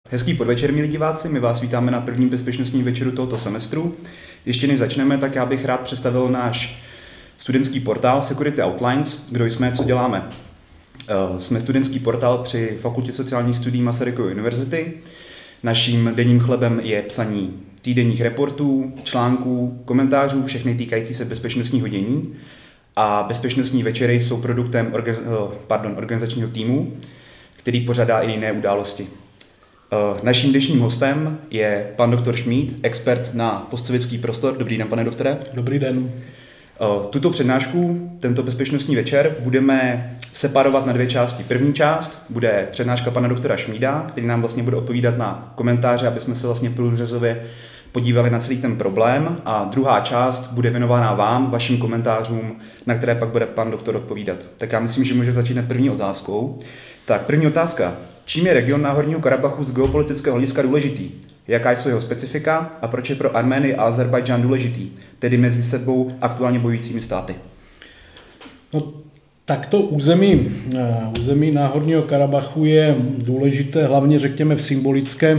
Hezký podvečer, milí diváci, my vás vítáme na prvním bezpečnostním večeru tohoto semestru. Ještě než začneme, tak já bych rád představil náš studentský portál Security Outlines, kdo jsme, co děláme. Jsme studentský portál při Fakultě sociálních studií Masarykovy univerzity. Naším denním chlebem je psaní týdenních reportů, článků, komentářů, všechny týkající se bezpečnostního dění. A bezpečnostní večery jsou produktem organizačního týmu, který pořádá i jiné události. Naším dnešním hostem je pan doktor Šmíd, expert na postsovětský prostor. Dobrý den, pane doktore. Dobrý den. Tuto přednášku, tento bezpečnostní večer, budeme separovat na dvě části. První část bude přednáška pana doktora Šmída, který nám vlastně bude odpovídat na komentáře, aby jsme se vlastně průřezově podívali na celý ten problém. A druhá část bude věnována vám, vašim komentářům, na které pak bude pan doktor odpovídat. Tak já myslím, že může začít první otázkou. Tak, první otázka. Čím je region Náhorního Karabachu z geopolitického hlediska důležitý? Jaká jsou jeho specifika a proč je pro Arménii a Azerbajdžán důležitý, tedy mezi sebou aktuálně bojujícími státy? No, takto území Náhorního Karabachu je důležité hlavně, řekněme, v symbolické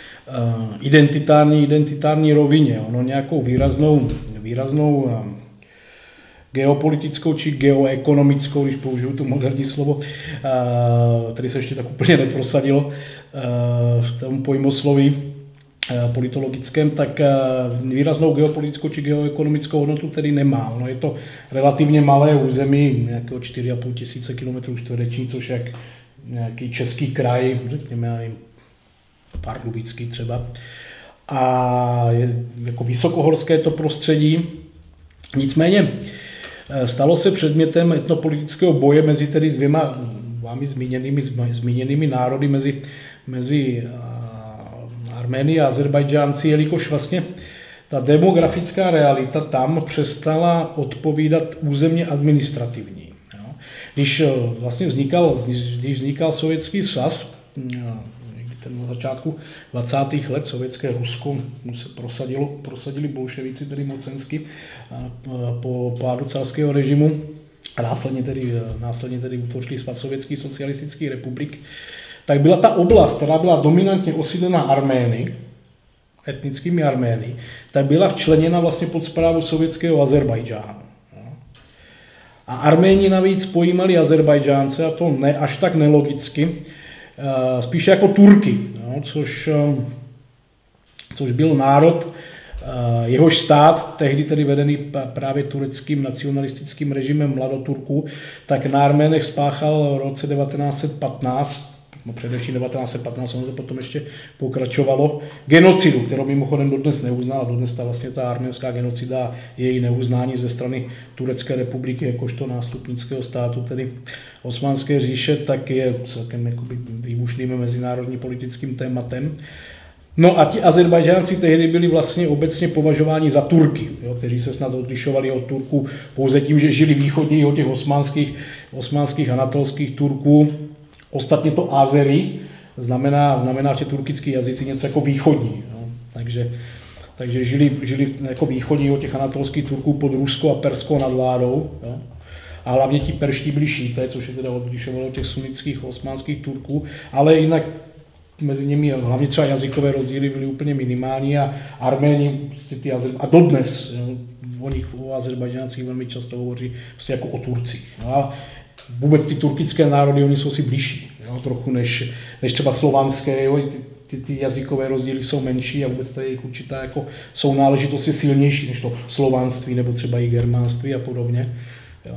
identitární rovině. Ono nějakou výraznou geopolitickou či geoekonomickou, když použiju tu moderní slovo, který se ještě tak úplně neprosadilo v tom pojmosloví politologickém, tak výraznou geopolitickou či geoekonomickou hodnotu tedy nemá. Ono je to relativně malé území, nějakého 4,5 tisíce kilometrů čtverečních, což je nějaký český kraj, řekněme, Pardubický třeba. A je jako vysokohorské to prostředí. Nicméně stalo se předmětem etnopolitického boje mezi tedy dvěma vámi zmíněnými národy, mezi Arménií a Azerbajdžánci, jelikož vlastně ta demografická realita tam přestala odpovídat územně administrativní. Když vlastně vznikal Sovětský svaz, na začátku 20. let sovětské Rusko se prosadili bolševici, tedy mocensky, po pádu carského režimu a následně tedy utvořili Svaz sovětských socialistických republik, tak byla ta oblast, která byla dominantně osídlena Armény, etnickými Armény, tak byla včleněna vlastně pod správu sovětského Azerbajdžánu. A Arméni navíc pojímali Azerbajdžánce, a to ne až tak nelogicky, spíše jako Turky, což byl národ, jehož stát, tehdy tedy vedený právě tureckým nacionalistickým režimem mladoturků, tak na Arménech spáchal v roce 1915, především 1915, ono to potom ještě pokračovalo, genocidu, kterou mimochodem dodnes neuznala. Dodnes ta arménská genocida, její neuznání ze strany Turecké republiky jakožto nástupnického státu, tedy Osmanské říše, tak je celkem jakoby výbušným mezinárodním politickým tématem. No a ti Azerbajdžánci tehdy byli vlastně obecně považováni za Turky, kteří se snad odlišovali od Turků pouze tím, že žili východněji od těch osmanských anatolských Turků. Ostatně to Azery znamená v těch turkických jazycích něco jako východní. Takže žili jako východní od těch anatolských Turků pod ruskou a perskou nadvládou. A hlavně ti perští byli šíité, což je teda odlišovalo od těch sunnických osmanských Turků, ale jinak mezi nimi hlavně třeba jazykové rozdíly byly úplně minimální a Arméni a dodnes o Azerbajdžáncích velmi často hovoří prostě jako o Turcích. A vůbec ty turkické národy, oni jsou si blížší, trochu než třeba slovanské, ty jazykové rozdíly jsou menší a vůbec tady určitá jako jsou náležitosti silnější než to slovanství nebo třeba i germánství a podobně. Jo.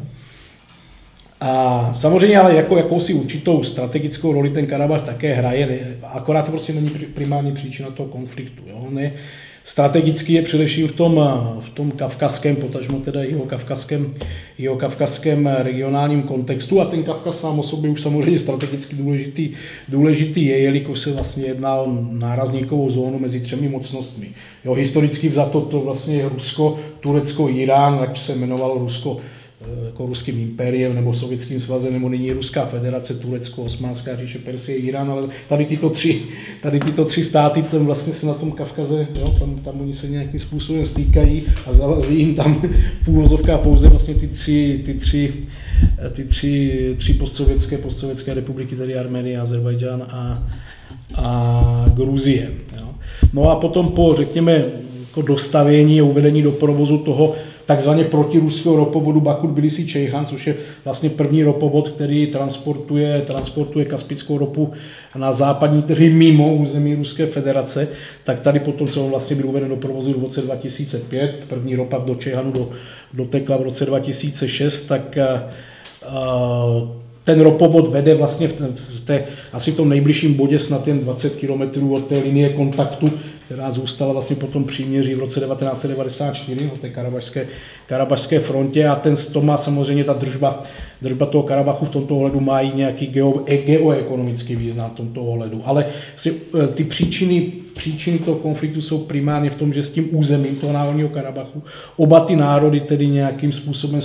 A samozřejmě ale jakousi určitou strategickou roli ten Karabach také hraje, akorát to prostě není primární příčina toho konfliktu. Jo. Strategický je především v tom kavkazském, potažmo teda jihovkavkazském regionálním kontextu a ten Kavkaz sám o sobě už samozřejmě strategicky důležitý je, jelikož se vlastně jedná o nárazníkovou zónu mezi třemi mocnostmi. Jo, historicky vzato to vlastně je Rusko, Turecko, Irán, jak se jmenovalo Rusko jako ruským impériem nebo sovětským svazem, nebo nyní Ruská federace, Turecko, Osmanská říše, Persie, Irán, ale tady tyto tři státy tam vlastně se na tom Kavkaze, jo, tam oni se nějakým způsobem stýkají a zalazí jim tam v úvozovkách pouze vlastně ty tři postsovětské republiky, tedy Arménie, Azerbajdžán a Gruzie. Jo. No a potom po, řekněme, jako dostavění a uvedení do provozu toho takzvaně protiruského ropovodu Bakur-Tbilisi-Ceyhan, což je vlastně první ropovod, který transportuje kaspickou ropu na západní trhy mimo území Ruské federace, tak tady potom se on vlastně byl uveden do provozu v roce 2005, první ropa do Ceyhanu dotekla v roce 2006, tak ten ropovod vede vlastně asi v tom nejbližším bodě snad jen 20 km od té linie kontaktu, která zůstala vlastně po tom příměří v roce 1994 na té karabašské frontě, a to má samozřejmě ta držba toho Karabachu v tomto ohledu má i nějaký geoekonomický význam v tomto ohledu. Ale ty příčiny toho konfliktu jsou primárně v tom, že s tím územím toho národního Karabachu oba ty národy tedy nějakým způsobem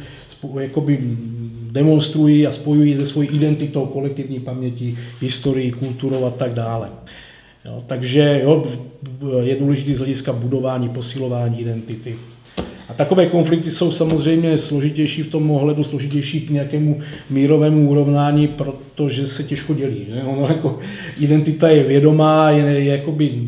demonstrují a spojují se svojí identitou, kolektivní pamětí, historií, kulturou a tak dále. Jo, takže je důležité z hlediska budování, posilování identity. A takové konflikty jsou samozřejmě složitější v tom ohledu, složitější k nějakému mírovému urovnání, protože se těžko dělí. Že? Ono jako identita je vědomá, je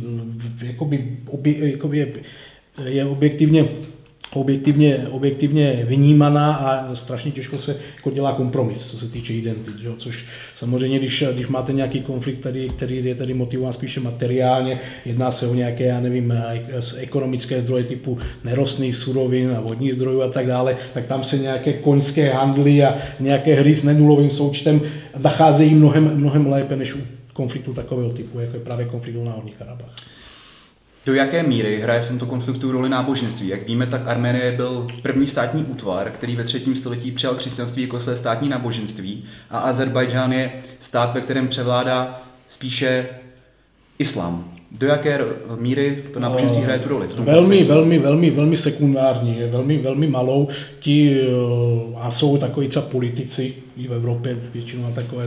objektivně vnímaná a strašně těžko se jako dělá kompromis, co se týče identit. Že? Což samozřejmě, když máte nějaký konflikt, který je tady motivován spíše materiálně, jedná se o nějaké, já nevím, ekonomické zdroje typu nerostných surovin a vodních zdrojů a tak dále, tak tam se nějaké koňské handly a nějaké hry s nenulovým součtem nacházejí mnohem lépe než u konfliktu takového typu, jako je právě konflikt o Náhorní Karabach. Do jaké míry hraje v tomto konfliktu roli náboženství? Jak víme, tak Arménie byl první státní útvar, který ve 3. století přijal křesťanství jako své státní náboženství, a Azerbajdžán je stát, ve kterém převládá spíše islám. Do jaké míry to náboženství hraje tu roli? Velmi sekundární, velmi malou. A jsou takoví třeba politici v Evropě, většinou na takové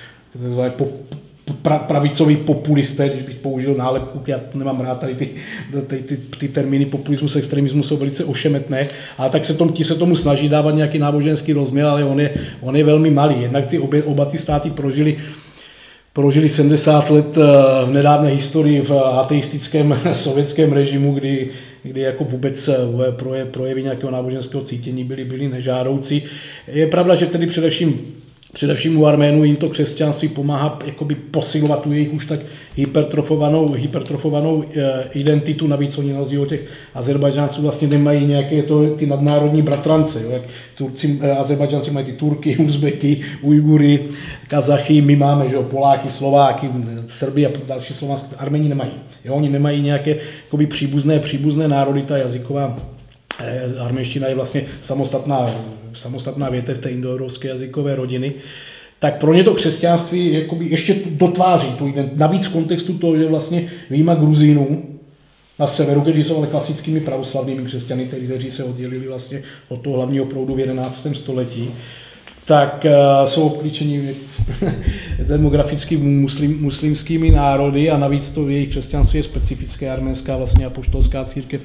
pravicoví populisté, když bych použil nálepku, já nemám rád tady ty termíny populismus, extremismus jsou velice ošemetné, ale tak ti se tomu snaží dávat nějaký náboženský rozměr, ale on je velmi malý. Jednak oba ty státy prožili 70 let v nedávné historii v ateistickém sovětském režimu, kdy jako vůbec projevy nějakého náboženského cítění byly nežádoucí. Je pravda, že tedy především u Arménů jim to křesťanství pomáhá jakoby posilovat tu jejich už tak hypertrofovanou identitu. Navíc oni na rozdíl od těch Azerbajdžánců vlastně nemají nějaké ty nadnárodní bratrance. Jo? Jak Azerbajdžánci mají ty Turky, Uzbeky, Ujgury, Kazachy, my máme, že, Poláky, Slováky, Srby a další slovanské. Arméni nemají. Jo? Oni nemají nějaké jakoby příbuzné národy, ta jazyková arménština je vlastně samostatná větev té indoevropské jazykové rodiny, tak pro ně to křesťanství jakoby ještě dotváří tu identitu. Navíc v kontextu toho, že vlastně vyjma Gruzínů na severu, kteří jsou ale klasickými pravoslavnými křesťany, kteří se oddělili vlastně od toho hlavního proudu v 11. století, tak jsou obklíčeni demograficky muslimskými národy a navíc to jejich křesťanství je specifické, arménská vlastně apoštolská církev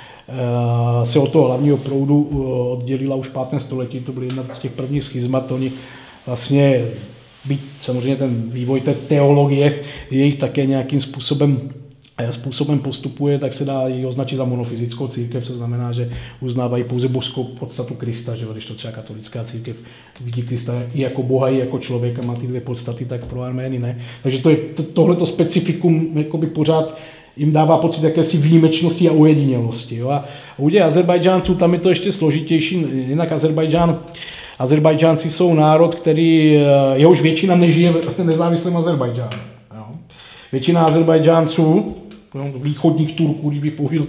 se od toho hlavního proudu oddělila už v 5. století, to byl jedna z těch prvních schizmat, oni vlastně, byť samozřejmě ten vývoj té teologie jejich také nějakým způsobem postupuje, tak se dá ji označit za monofyzickou církev, co znamená, že uznávají pouze božskou podstatu Krista, že když to třeba katolická církev vidí Krista i jako Boha, i jako člověka, má ty dvě podstaty, tak pro Armény ne. Takže tohleto specifikum jakoby pořád jim dává pocit jakési výjimečnosti a ojedinělosti. Jo? A u těch Azerbajdžánců tam je to ještě složitější, jinak Azerbajdžánci jsou národ, jehož většina nežije v nezávislém Azerbajdžánu. Jo? Většina Azerbajdžánců, východních Turků, když bych použil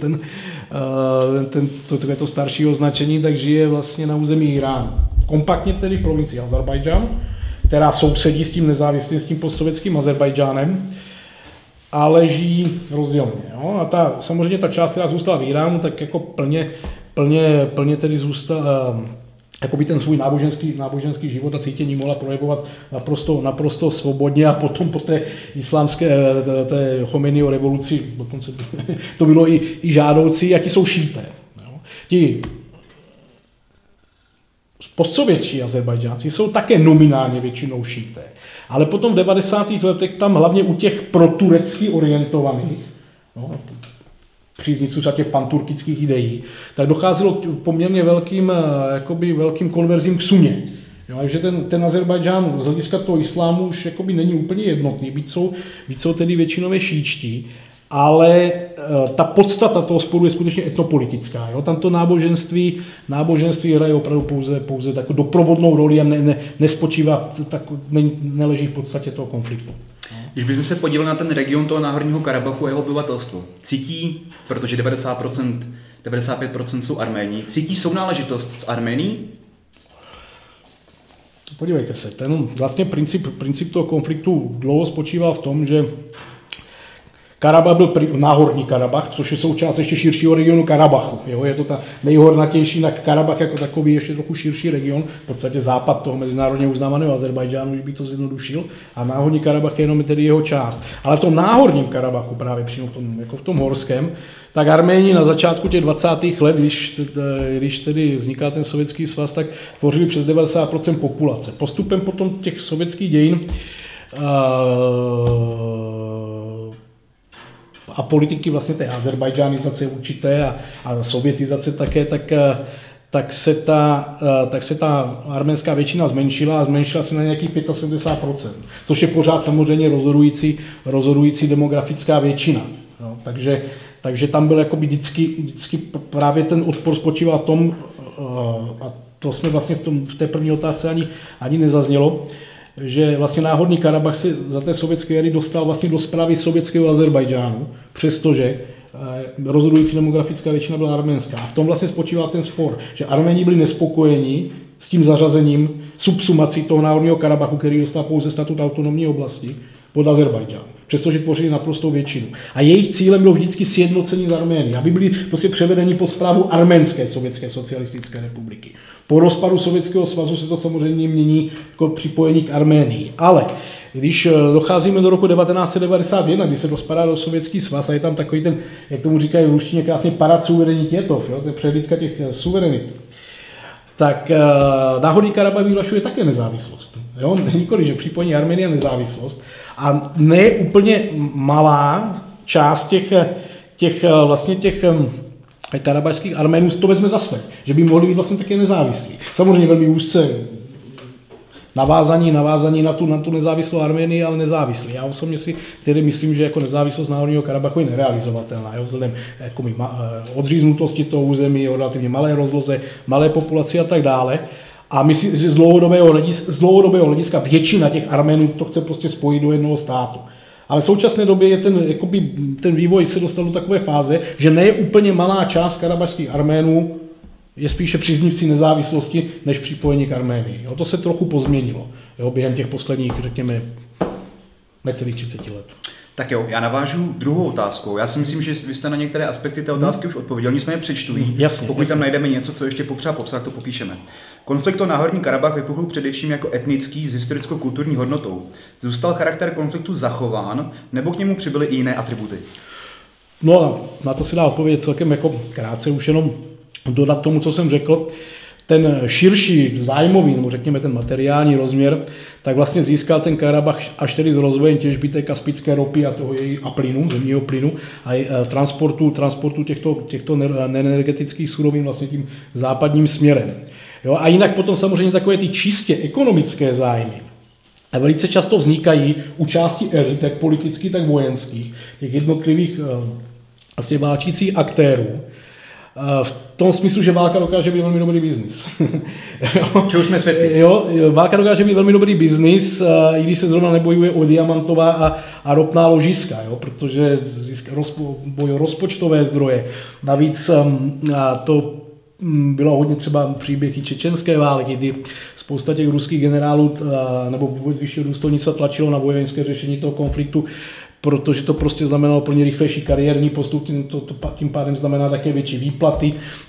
to starší označení, tak žije vlastně na území Iránu. Kompaktně tedy v provincii Azerbajdžán, která sousedí s tím nezávislým, s tím postsovětským Azerbajdžánem, ale žijí rozděleně. Jo? A samozřejmě ta část, která zůstala v Iránu, tak jako plně tedy zůstala, jakoby ten svůj náboženský život a cítění mohla projevovat naprosto svobodně, a potom po té islámské, té Chomejního revoluci, dokonce to bylo i žádoucí, jaký jsou šíité. Jo? Ti postsovětští Azerbajdžánci jsou také nominálně většinou šíité. Ale potom v 90. letech tam hlavně u těch proturecky orientovaných, příznivců těch panturkických ideí, tak docházelo k poměrně velkým konverzím k suně. Takže ten Azerbajdžán z hlediska toho islámu už není úplně jednotný, byť jsou tedy většinově šíčtí, ale ta podstata toho sporu je skutečně etnopolitická. Tam to náboženství hraje opravdu pouze takovou doprovodnou roli a nespočívá, neleží v podstatě toho konfliktu. Když bychom se podívali na ten region toho Náhorního Karabachu a jeho obyvatelstvo, cítí, protože 95% jsou Arméni, cítí sounáležitost s Arménií? Podívejte se, ten vlastně princip toho konfliktu dlouho spočíval v tom, že Karabach byl Náhorní Karabach, což je součást ještě širšího regionu Karabachu. Je to ta nejhornatější, na Karabach jako takový ještě trochu širší region, v podstatě západ toho mezinárodně uznávaného Azerbajdžánu, když by to zjednodušil, a Náhorní Karabach je jenom tedy jeho část. Ale v tom Náhorním Karabachu, právě přímo v tom horském, tak Arméni na začátku těch 20. let, když tedy vznikal ten sovětský svaz, tak tvořili přes 90% populace. Postupem potom těch sovětských dějin a politiky vlastně té azerbajdžánizace určité a sovětizace také, tak se ta arménská většina zmenšila a zmenšila se na nějakých 75%, což je pořád samozřejmě rozhodující demografická většina. No, takže tam byl vždycky právě ten odpor spočíval v tom, a to jsme vlastně v té první otázce ani nezaznělo, že vlastně Náhorní Karabach se za té sovětské éry dostal vlastně do správy sovětského Azerbajdžánu, přestože rozhodující demografická většina byla arménská. A v tom vlastně spočíval ten spor, že Arméni byli nespokojeni s tím zařazením subsumací toho Náhorního Karabachu, který dostal pouze statut autonomní oblasti, pod Azerbajdžán, přestože tvořili naprostou většinu. A jejich cílem bylo vždycky sjednocení z Arménie, aby byli prostě převedeni pod správu Arménské sovětské socialistické republiky. Po rozpadu Sovětského svazu se to samozřejmě mění jako připojení k Arménii. Ale když docházíme do roku 1991, kdy se dospadá do Sovětský svaz a je tam takový ten, jak tomu říkají v ruštině krásně, parad suverenitětov, to je přehlídka těch suverenit, tak Náhorní Karabach vyhlašuje také nezávislost. Nikoliv, že připojení Arménie a nezávislost. A ne úplně malá část těch karabachských Arménů to vezme za své, že by mohli být vlastně také nezávislí. Samozřejmě velmi úzce navázaní na tu nezávislou Arménii, ale nezávislí. Já osobně si tedy myslím, že jako nezávislost Náhorního Karabachu je nerealizovatelná, vzhledem odříznutosti toho území, relativně malé rozloze, malé populaci a tak dále. A myslím, že z dlouhodobého hlediska většina těch Arménů to chce prostě spojit do jednoho státu. Ale v současné době je ten vývoj se dostal do takové fáze, že ne úplně malá část karabachských Arménů je spíše příznivci nezávislosti než připojení k Arménii. To se trochu pozměnilo během těch posledních, řekněme, necelých 30 let. Tak jo, já navážu druhou otázkou. Já si myslím, že vy jste na některé aspekty té otázky už odpověděl, nicméně přečtu ji. Pokud tam najdeme něco, co ještě popřeba popsat, to popíšeme. Konflikt o Náhorní Karabach vypukl především jako etnický s historicko-kulturní hodnotou. Zůstal charakter konfliktu zachován, nebo k němu přibyly i jiné atributy? No, na to se dá odpovědět celkem jako krátce, už jenom dodat tomu, co jsem řekl. Ten širší zájmový, nebo řekněme ten materiální rozměr, tak vlastně získal ten Karabach až tedy s rozvojem těžby té kaspické ropy a toho její a plynu, zemního plynu a transportu těchto energetických surovin vlastně tím západním směrem. A jinak potom samozřejmě takové ty čistě ekonomické zájmy a velice často vznikají u části elit, tak politických, tak vojenských, těch jednotlivých vlastně válčících aktérů, v tom smyslu, že válka dokáže být velmi dobrý biznis. Čeho jsme svědky? Válka dokáže být velmi dobrý biznis, i když se zrovna nebojuje o diamantová a ropná ložiska, protože bojují rozpočtové zdroje. Navíc to bylo hodně třeba příběh i čečenské války, kdy spousta těch ruských generálů nebo vůbec vyššího důstojnictva tlačilo na vojenské řešení toho konfliktu, protože to prostě znamenalo plně rychlejší kariérní postup, tím pádem znamená také větší výplaty.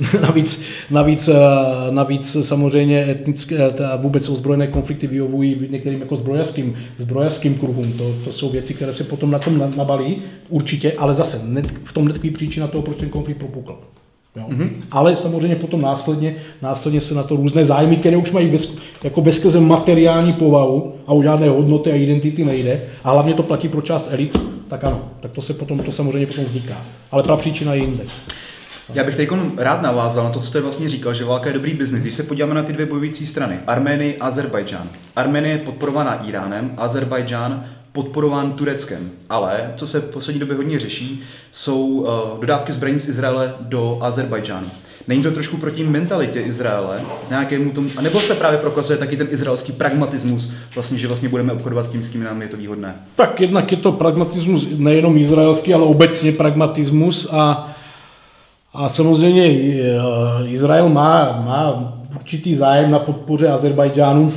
Navíc samozřejmě etnické, vůbec ozbrojené konflikty vyhovují některým jako zbrojařským kruhům. To jsou věci, které se potom na tom nabalí, určitě, ale zase v tom netkví příčina toho, proč ten konflikt propukl. Jo. Ale samozřejmě potom následně se na to různé zájmy, které už mají jako veskrze materiální povahu a o žádné hodnoty a identity nejde, a hlavně to platí pro část elit, tak ano, tak to samozřejmě potom vzniká. Ale prapříčina je jinde. Já bych teď rád navázal na to, co jste vlastně říkal, že válka je dobrý biznis. Když se podíváme na ty dvě bojující strany, Arménii a Azerbajdžán. Arménie je podporovaná Íránem, Azerbajdžán podporován Tureckem. Ale, co se v poslední době hodně řeší, jsou dodávky zbraní z Izraele do Azerbajdžánu. Není to trošku proti mentalitě Izraele, nějakému tomu, a nebo se právě prokazuje taky ten izraelský pragmatismus, vlastně, že vlastně budeme obchodovat s kým nám je to výhodné? Tak jednak je to pragmatismus nejenom izraelský, ale obecně pragmatismus a samozřejmě Izrael má určitý zájem na podpoře Azerbajdžánu,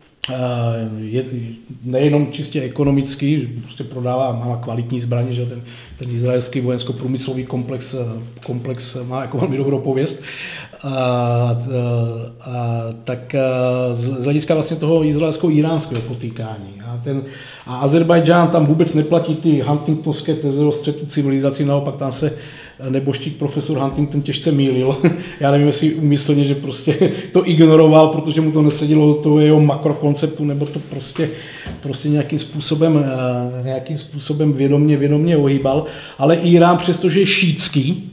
nejenom čistě ekonomický, že prostě má kvalitní zbraně, že ten izraelský vojensko-průmyslový komplex má jako velmi dobrou pověst. Tak z hlediska vlastně toho izraelsko-iránského potýkání. A Azerbajdžán, tam vůbec neplatí ty huntingtonské teze o střetu civilizací, naopak tam se neboštík profesor Huntington těžce mýlil. Já nevím, jestli úmyslně, že prostě to ignoroval, protože mu to nesedělo do toho jeho makrokonceptu, nebo to prostě nějakým způsobem vědomně ohýbal. Ale Irán, přestože je šítský,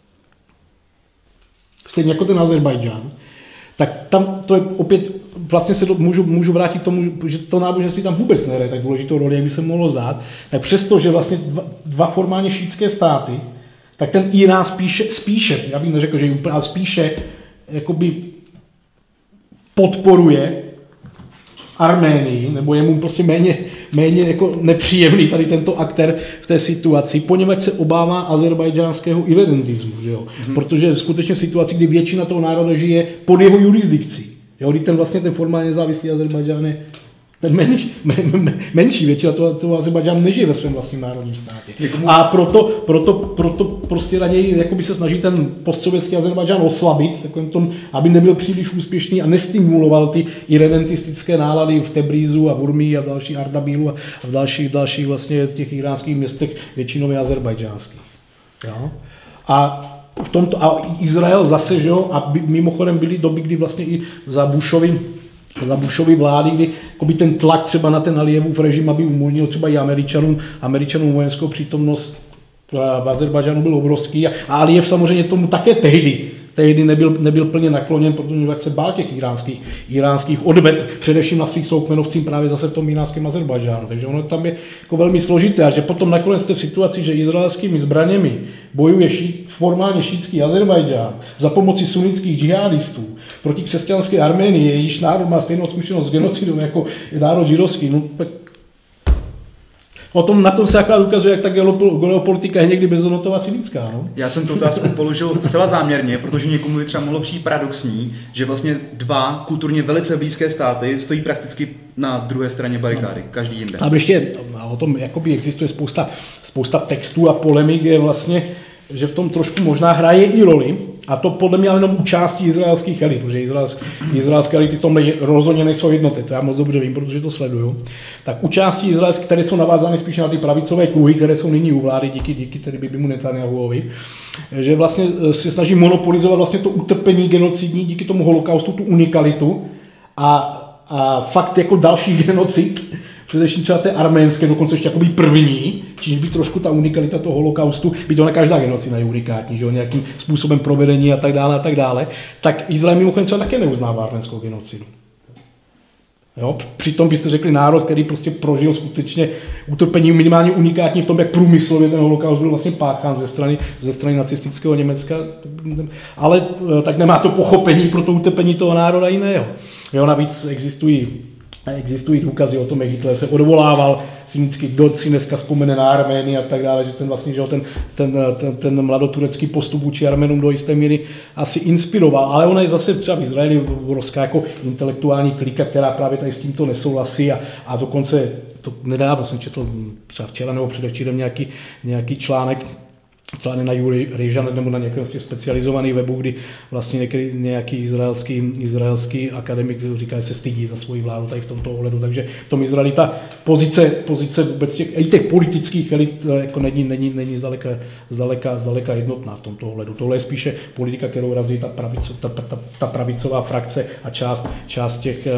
stejně jako ten Azerbajdžán, tak tam to je opět, vlastně se můžu vrátit k tomu, že to náboženství tam vůbec nehraje tak důležitou roli, jak by se mohlo zdát, tak přesto, že vlastně dva formálně šítské státy, tak ten Irán spíše, já bych neřekl, že úplně, ale spíše jakoby podporuje Arménii, nebo je mu prostě méně jako nepříjemný tady tento aktér v té situaci, poněvadž se obává azerbajdžánského irredentismu, že jo? Protože je skutečně situace, kdy většina toho národa žije pod jeho jurisdikcí. Jo? Kdy ten formálně nezávislý Azerbajdžán je menší, většina toho Azerbajdžánu nežije ve svém vlastním národním státě. A proto prostě raději jakoby se snaží ten postsovětský Azerbajdžán oslabit, aby nebyl příliš úspěšný a nestimuloval ty irredentistické nálady v Tebrízu a v Urmii a v dalších Ardabílu a v dalších vlastně těch iránských městech většinově azerbajdžánských. Jo? A Izrael zase, že jo, a mimochodem byly doby, kdy vlastně i za Bushovy vlády, kdy ten tlak třeba na ten Alijevův režim, aby umožnil třeba i Američanům vojenskou přítomnost v Azerbajdžánu, byl obrovský. A Alijev samozřejmě tomu také tehdy nebyl plně nakloněn, protože se bál těch iránských odved, především na svých soukmenovcích právě zase v tom iránském Azerbajdžánu. Takže ono tam je jako velmi složité a že potom nakonec jste v situaci, že izraelskými zbraněmi bojuje formálně šítský Azerbajdžán za pomoci sunnických džihadistů proti křesťanské Arménii, jejíž národ má stejnou zkušenost s genocidou jako národ židovský. No, tak na tom se akorát ukazuje, jak ta geopolitika je někdy bezhodnotová cynická. No? Já jsem tu otázku položil zcela záměrně, protože někomu by třeba mohlo přijít paradoxní, že vlastně dva kulturně velice blízké státy stojí prakticky na druhé straně barikády, každý jinde. A ještě o tom jakoby existuje spousta textů a polemik, je vlastně, že v tom trošku možná hraje i roli, a to podle mě ale jenom u části izraelských elit, protože izraelské elity tomhle rozhodně nejsou jednoty, to já moc dobře vím, protože to sleduju. Tak u části izraelských, které jsou navázány spíš na ty pravicové kruhy, které jsou nyní u vlády díky tedy Bibimu Netanjahuovi, že vlastně se snaží monopolizovat vlastně to utrpení genocidní díky tomu holokaustu, tu unikalitu a fakt jako dalších genocid, především třeba té arménské, dokonce ještě jakoby první, čímž by trošku ta unikalita toho holokaustu, by to na každá genocida je unikátní, že jo, nějakým způsobem provedení a tak dále, tak Izrael mimochodem třeba také neuznává arménskou genocidu. Jo? Přitom byste řekli národ, který prostě prožil skutečně utrpení minimálně unikátní v tom, jak průmyslově ten holokaust byl vlastně páchán ze strany nacistického Německa, ale tak nemá to pochopení pro to utrpení toho národa jiného. Jo, navíc existují důkazy o tom, jak Hitler se odvolával cynicky, kdo si dneska vzpomene na Arménii a tak dále, že ten vlastně, že ten mladoturecký postup vůči Arménům do jisté míry asi inspiroval, ale ona je zase třeba v Izraeli obrovská jako intelektuální klika, která právě tady s tímto nesouhlasí a dokonce to nedávno jsem četl třeba včera nebo předevčírem nějaký článek, celá na Rejžan nebo na nějakém z těch specializovaných webů, kdy vlastně nějaký izraelský akademik říká, že se stydí za svoji vládu tady v tomto ohledu. Takže v tom Izraeli ta pozice vůbec těch politických elit jako není zdaleka jednotná v tomto ohledu. Tohle je spíše politika, kterou razí ta pravicová frakce a část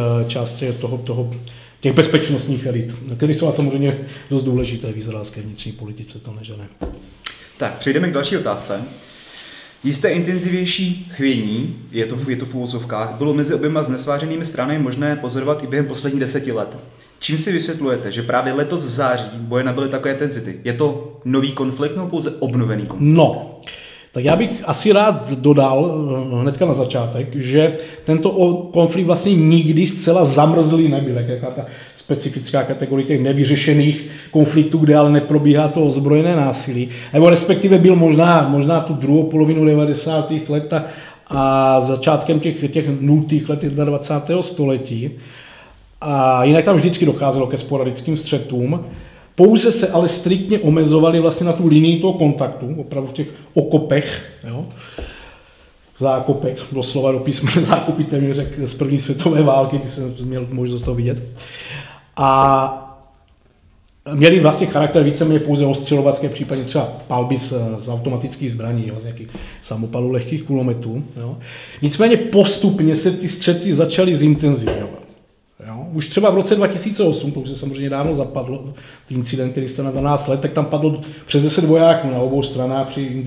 těch bezpečnostních elit, které jsou samozřejmě dost důležité v izraelské vnitřní politice, to nežene. Tak, přejdeme k další otázce. Jisté intenzivnější chvění, je to v uvozovkách, bylo mezi oběma znesvářenými stranami možné pozorovat i během posledních 10 let. Čím si vysvětlujete, že právě letos v září boje nabyly takové intenzity? Je to nový konflikt nebo pouze obnovený konflikt? No, tak já bych asi rád dodal hnedka na začátek, že tento konflikt vlastně nikdy zcela zamrzlý nebyl, jaká ta specifická kategorie těch nevyřešených konfliktů, kde ale neprobíhá to ozbrojené násilí. Nebo respektive byl možná tu druhou polovinu 90. let a začátkem těch 0. let 21. století. A jinak tam vždycky docházelo ke sporadickým střetům. Pouze se ale striktně omezovali vlastně na tu linii toho kontaktu, opravdu v těch okopech, jo? Zákopech, doslova do písmene zákopy téměř z první světové války, ty jsem měl možnost toho vidět. A měli vlastně charakter víceméně pouze ostřelovacké, případně třeba palby z automatických zbraní, jo, z nějakých samopalů lehkých kulometů. Jo. Nicméně postupně se ty střety začaly zintenzivňovat. Jo. Už třeba v roce 2008, to už se samozřejmě dávno zapadlo, ty incident, který jste na 12 let, tak tam padlo přes 10 vojáků na obou stranách při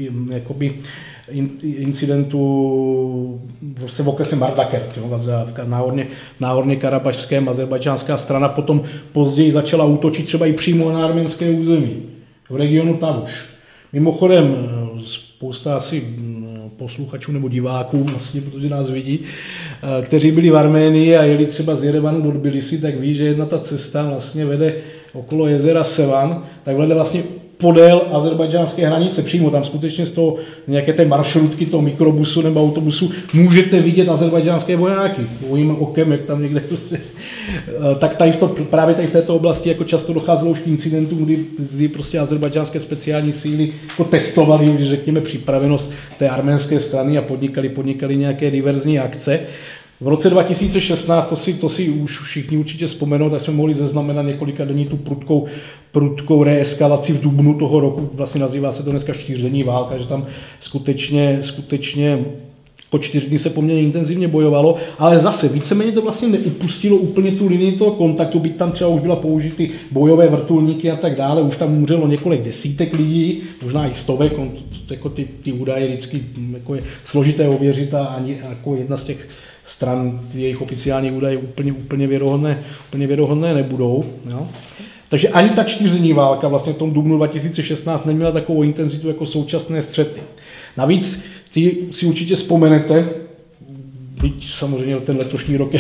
incidentu v okrese Mardaker, na Horně karabašském, azerbajdžánská strana potom později začala útočit třeba i přímo na arménské území, v regionu Tavuš. Mimochodem, spousta asi posluchačů nebo diváků, vlastně, protože nás vidí, kteří byli v Arménii a jeli třeba z Jerevanu do Tbilisi, tak ví, že jedna ta cesta vlastně vede okolo jezera Sevan, tak vede vlastně podél azerbajdžánské hranice, přímo tam skutečně z toho nějaké té maršrutky, toho mikrobusu nebo autobusu můžete vidět azerbajdžánské vojáky. Dvojím okem, jak tam někde tak právě tady v této oblasti jako často docházelo už k incidentům, kdy prostě azerbajdžánské speciální síly jako testovali, řekněme, připravenost té arménské strany a podnikali nějaké diverzní akce. V roce 2016, to si už všichni určitě vzpomenou, tak jsme mohli zaznamenat několika denní tu prudkou reeskalaci v dubnu toho roku, vlastně nazývá se to dneska 4denní válka, že tam skutečně po 4 dny se poměrně intenzivně bojovalo, ale zase víceméně to vlastně neupustilo úplně tu linii toho kontaktu, byť tam třeba už byla použity bojové vrtulníky a tak dále, už tam umřelo několik desítek lidí, možná i stovek, jako ty údaje vždycky jako je složité ověřit a ani jako jedna z těch stran jejich oficiální údaje úplně věrohodné nebudou. Jo. Takže ani ta 4denní válka vlastně v tom dubnu 2016 neměla takovou intenzitu jako současné střety. Navíc ty si určitě vzpomenete, byť samozřejmě ten letošní rok je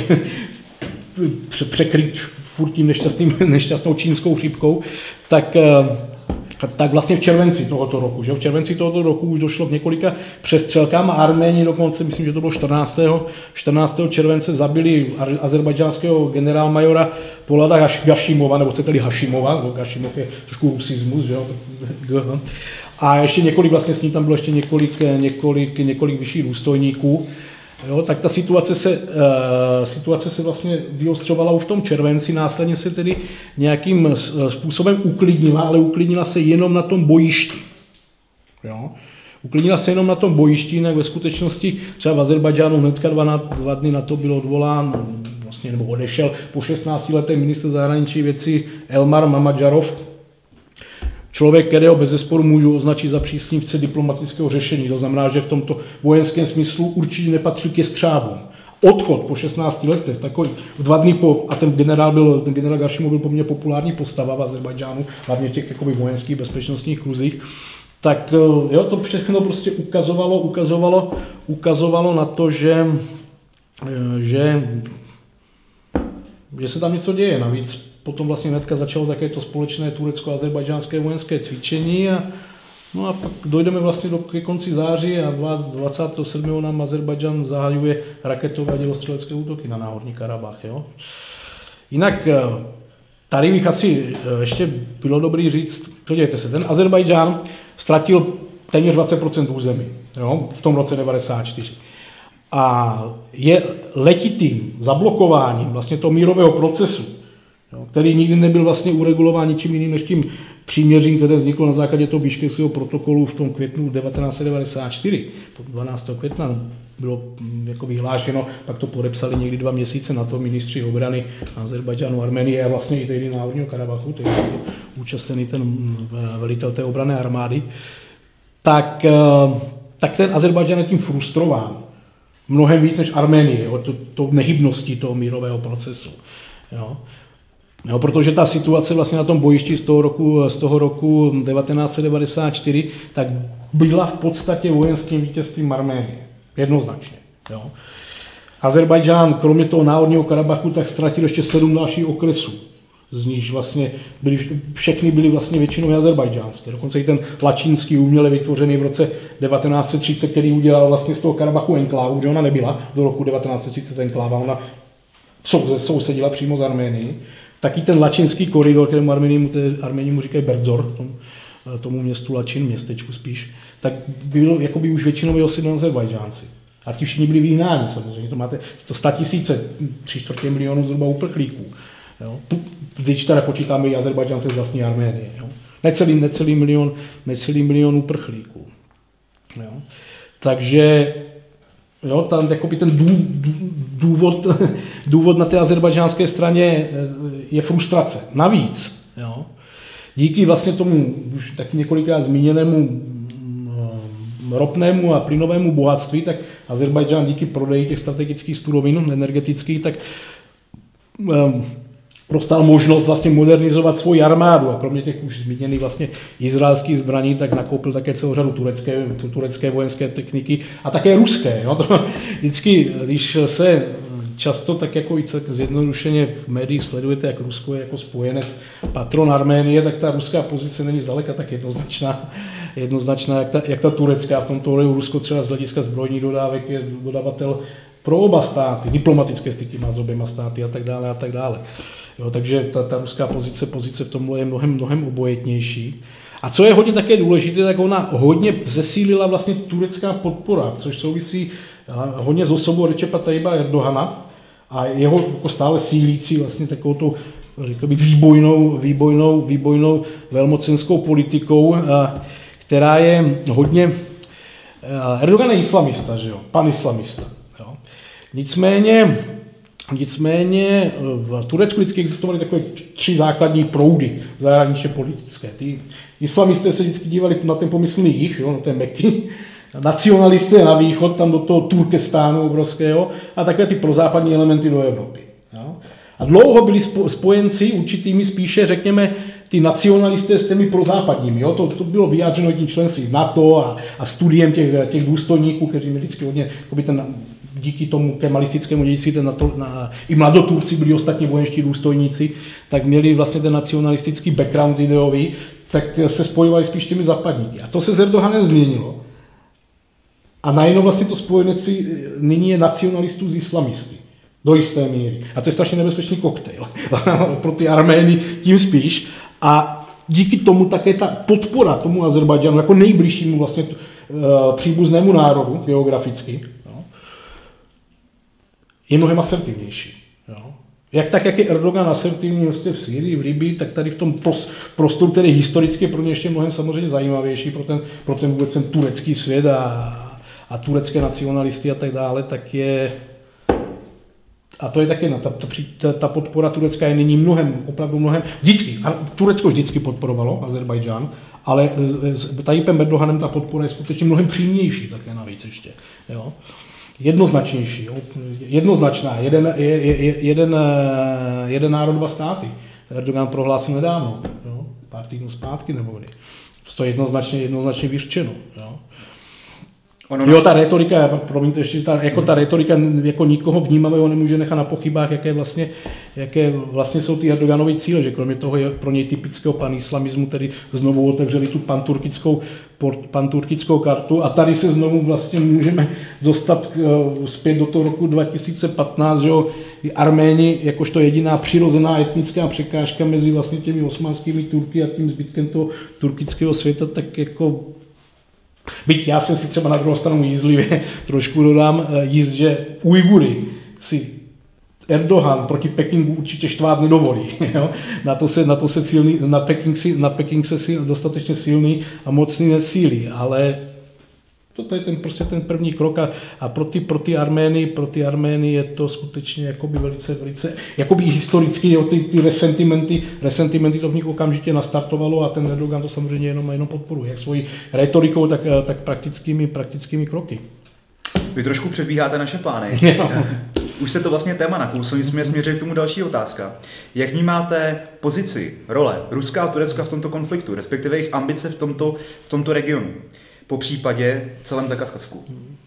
překryt furt tím nešťastnou čínskou chřipkou, tak vlastně v červenci tohoto roku. Že? V červenci tohoto roku už došlo k několika přestřelkám a Arméni dokonce, myslím, že to bylo 14. července, zabili azerbajdžánského generálmajora Polada Gašimova, nebo chcete-li Hašimova, Gašimov je trošku rusismus, že jo? A ještě několik, vlastně s ním tam bylo ještě několik vyšších důstojníků. Jo, tak ta situace se vlastně vyostřovala už v tom červenci, následně se tedy nějakým způsobem uklidnila, ale uklidnila se jenom na tom bojišti. Jo. Uklidnila se jenom na tom bojišti, jinak ve skutečnosti třeba v Azerbajdžánu hnedka 2 dny na to byl odvolán, vlastně, nebo odešel po 16 letech ministr zahraničí věcí Elmar Mamadžarov, člověk, kterého bezesporu můžu označit za příznivce diplomatického řešení, to znamená, že v tomto vojenském smyslu určitě nepatří ke střábům. Odchod po 16 letech, takový 2 dny a ten generál Gašimov byl poměrně populární postava v Azerbajdžánu, hlavně v těch jakoby vojenských bezpečnostních kruzích, tak jo, to všechno prostě ukazovalo na to, že se tam něco děje. Navíc potom vlastně hnedka začalo také to společné turecko-azerbajdžánské vojenské cvičení a pak dojdeme vlastně ke konci září a 27. nám Azerbajdžán zahajuje raketové a dělostřelecké útoky na Náhorní Karabach. Jo? Jinak Tady bych asi ještě bylo dobrý říct, podívejte se, ten Azerbajdžán ztratil téměř 20% území, jo, v tom roce 1994. A je letitým zablokováním vlastně toho mírového procesu, jo, který nikdy nebyl vlastně uregulován ničím jiným než tím příměřím, které vzniklo na základě toho Biškekského protokolu v tom květnu 1994, 12. května bylo jako vyhlášeno, pak to podepsali někdy 2 měsíce na to ministři obrany Azerbajdžánu, Arménie a vlastně i tehdy Náhorního Karabachu, tehdy byl účastný ten velitel té obranné armády, tak ten Azerbajdžán je tím frustrován. Mnohem víc než Arménie, tou nehybností toho mírového procesu. Jo. Jo, protože ta situace vlastně na tom bojišti z toho roku 1994 tak byla v podstatě vojenským vítězstvím Arménie. Jednoznačně. Jo. Azerbajdžán kromě toho Náhorního Karabachu tak ztratil ještě 7 dalších okresů. Z níž vlastně všechny byly vlastně většinou azerbajdžánské. Dokonce i ten Lačínský uměle vytvořený v roce 1930, který udělal vlastně z toho Karabachu enklávu, že ona nebyla do roku 1930 enkláva, ona sousedila přímo z Arménii. Taky ten Lačínský koridor, kterému Arméni mu říkají Berdzor, tomu městu Lačín, městečku spíš, tak bylo jakoby už většinou osídleni Azerbajdžánci. A ti všichni byli vyhnáni samozřejmě. To máte 100 000, 3/4 milionu zhruba uprchlíků. Jo. Když teda počítáme i Azerbajdžánce z vlastní Arménie. Jo. Necelý milion uprchlíků. Jo. Takže jo, tam jakoby ten důvod na té azerbajdžánské straně je frustrace. Navíc, jo, díky vlastně tomu už taky několikrát zmíněnému ropnému a plynovému bohatství, tak Azerbajdžán díky prodeji těch strategických surovin energetických, tak dostal možnost vlastně modernizovat svoji armádu a kromě těch už zmíněných vlastně izraelských zbraní, tak nakoupil také celou řadu turecké vojenské techniky a také ruské. Jo? To vždycky, když se často tak jako i zjednodušeně v médiích sledujete, jak Rusko je jako spojenec patron Arménie, tak ta ruská pozice není zdaleka tak jednoznačná jak ta turecká. V tomto ohledu Rusko třeba z hlediska zbrojních dodávek je dodavatel pro oba státy, diplomatické styky má s oběma státy a tak dále a tak dále. Jo, takže ta ruská pozice v tomhle je mnohem obojetnější. A co je hodně také důležité, tak ona hodně zesílila vlastně turecká podpora, což souvisí hodně s osobou Recepa Tayyipa Erdogana a jeho jako stále sílící vlastně takovou výbojnou velmocenskou politikou, která je hodně... Erdogan je islamista, že jo? Pan islamista. Jo? Nicméně v Turecku vždycky existovaly takové 3 základní proudy zahraničně politické. Ty islamisté se vždycky dívali na ten pomyslný jih, jo, na té Meky, nacionalisté na východ, tam do toho Turkestánu obrovského a takové ty prozápadní elementy do Evropy. Jo. A dlouho byli spojenci určitými spíše, řekněme, ty nacionalisté s těmi prozápadními. Jo. To bylo vyjádřeno tím členstvím NATO a studiem těch důstojníků, kteří měli vždycky hodně díky tomu kemalistickému dějství, i mladoturci byli ostatně vojenští důstojníci, tak měli vlastně ten nacionalistický background ideový, tak se spojovali spíš těmi západníky. A to se s Erdoganem změnilo. A najednou vlastně to spojenectví nyní je nacionalistů z islamisty. Do jisté míry. A to je strašně nebezpečný koktejl. Pro ty Armény tím spíš. A díky tomu také ta podpora tomu Azerbajdžánu jako nejbližšímu vlastně příbuznému národu geograficky, je mnohem asertivnější. Jo. Jak je Erdogan asertivní vlastně v Sýrii, v Libii, tak tady v tom prostoru, který historicky je pro ně ještě mnohem samozřejmě zajímavější pro ten vůbec ten turecký svět a turecké nacionalisty a tak dále, tak je... A to je také, ta podpora turecká je nyní opravdu mnohem, vždycky, Turecko vždycky podporovalo Azerbajdžán, ale s Tayyipem Erdoganem ta podpora je skutečně mnohem přímější také navíc ještě. Jo. Jednoznačnější, jo. Jednoznačná, jeden národ, 2 státy. Erdogan prohlásil nedávno, jo. Pár týdnů zpátky nebo kdy. To je jednoznačně vyřčeno. Jo. Jo, ta retorika, promiňte ještě, ta retorika jako nikoho vnímavého nemůže nechat na pochybách, jaké vlastně jsou ty Erdoganovy cíle, že kromě toho je pro něj typického panislamismu, tedy znovu otevřeli tu panturkickou kartu a tady se znovu vlastně můžeme dostat zpět do toho roku 2015, že jo, Arméni jakožto jediná přirozená etnická překážka mezi vlastně těmi osmanskými Turky a tím zbytkem toho turkického světa, tak jako byť já jsem si třeba na druhou stranu jízlivě trošku dodám jíst, že Ujgury si Erdogan proti Pekingu určitě štvát nedovolí. Jo? Na Peking se dostatečně silný a mocný necílí, ale to je ten první krok a pro ty Armény je to skutečně jakoby velice jakoby historicky jo, ty resentimenty to v nich okamžitě nastartovalo a ten Erdogan to samozřejmě jenom podporuje, jak svojí retorikou, tak praktickými kroky. Vy trošku předbíháte naše plány. Už se to vlastně téma nakouslo, nicméně směřuje k tomu další otázka. Jak vnímáte pozici, role Ruska a Turecka v tomto konfliktu, respektive jejich ambice v tomto regionu? Po případě celém Zakavkazsku.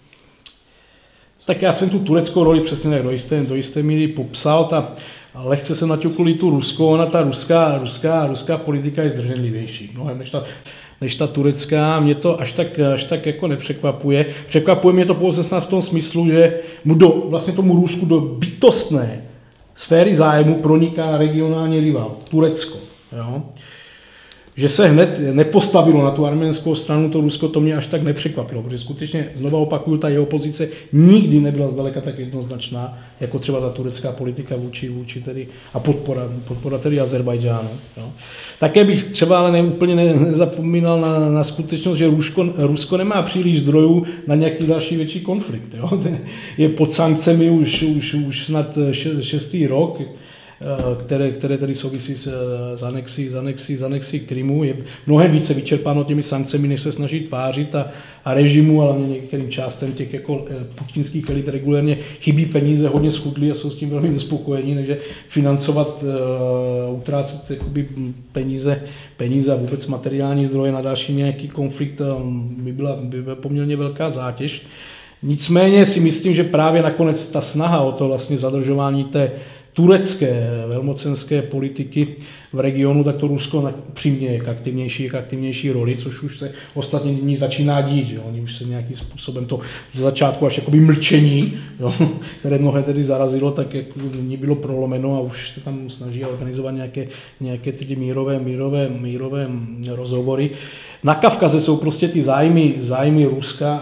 Tak já jsem tu tureckou roli přesně tak do jisté míry popsal. Lehce se naťukli tu ruskou, ona ta ruská politika je zdrženlivější mnohem než ta turecká. Mě to až tak jako nepřekvapuje. Překvapuje mě to pouze snad v tom smyslu, že vlastně tomu Rusku do bytostné sféry zájmu proniká regionální rival, Turecko. Jo? Že se hned nepostavilo na tu arménskou stranu, to Rusko, to mě až tak nepřekvapilo, protože skutečně, znova opakuju, ta jeho pozice nikdy nebyla zdaleka tak jednoznačná, jako třeba ta turecká politika vůči tedy, a podpora tedy Azerbajdžánu. Jo. Také bych třeba ale úplně nezapomínal na skutečnost, že Rusko nemá příliš zdrojů na nějaký další větší konflikt. Jo. Je pod sankcemi už snad 6. rok, které tedy souvisí s anexí Krymu, je mnohem více vyčerpáno těmi sankcemi, než se snaží tvářit a režimu, ale některým částem těch jako putinských elit regulérně chybí peníze, hodně schudlí a jsou s tím velmi nespokojení, takže financovat, utrácet jakoby peníze a vůbec materiální zdroje na další nějaký konflikt by byla poměrně velká zátěž. Nicméně si myslím, že právě nakonec ta snaha o to vlastně zadržování té turecké velmocenské politiky v regionu, tak to Rusko přímě je k aktivnější roli, což už se ostatně nyní začíná dít, že oni už se nějakým způsobem to z začátku až jakoby mlčení, jo, které mnohé tedy zarazilo, tak jak nyní bylo prolomeno a už se tam snaží organizovat nějaké tedy mírové rozhovory. Na Kavkaze jsou prostě ty zájmy Ruska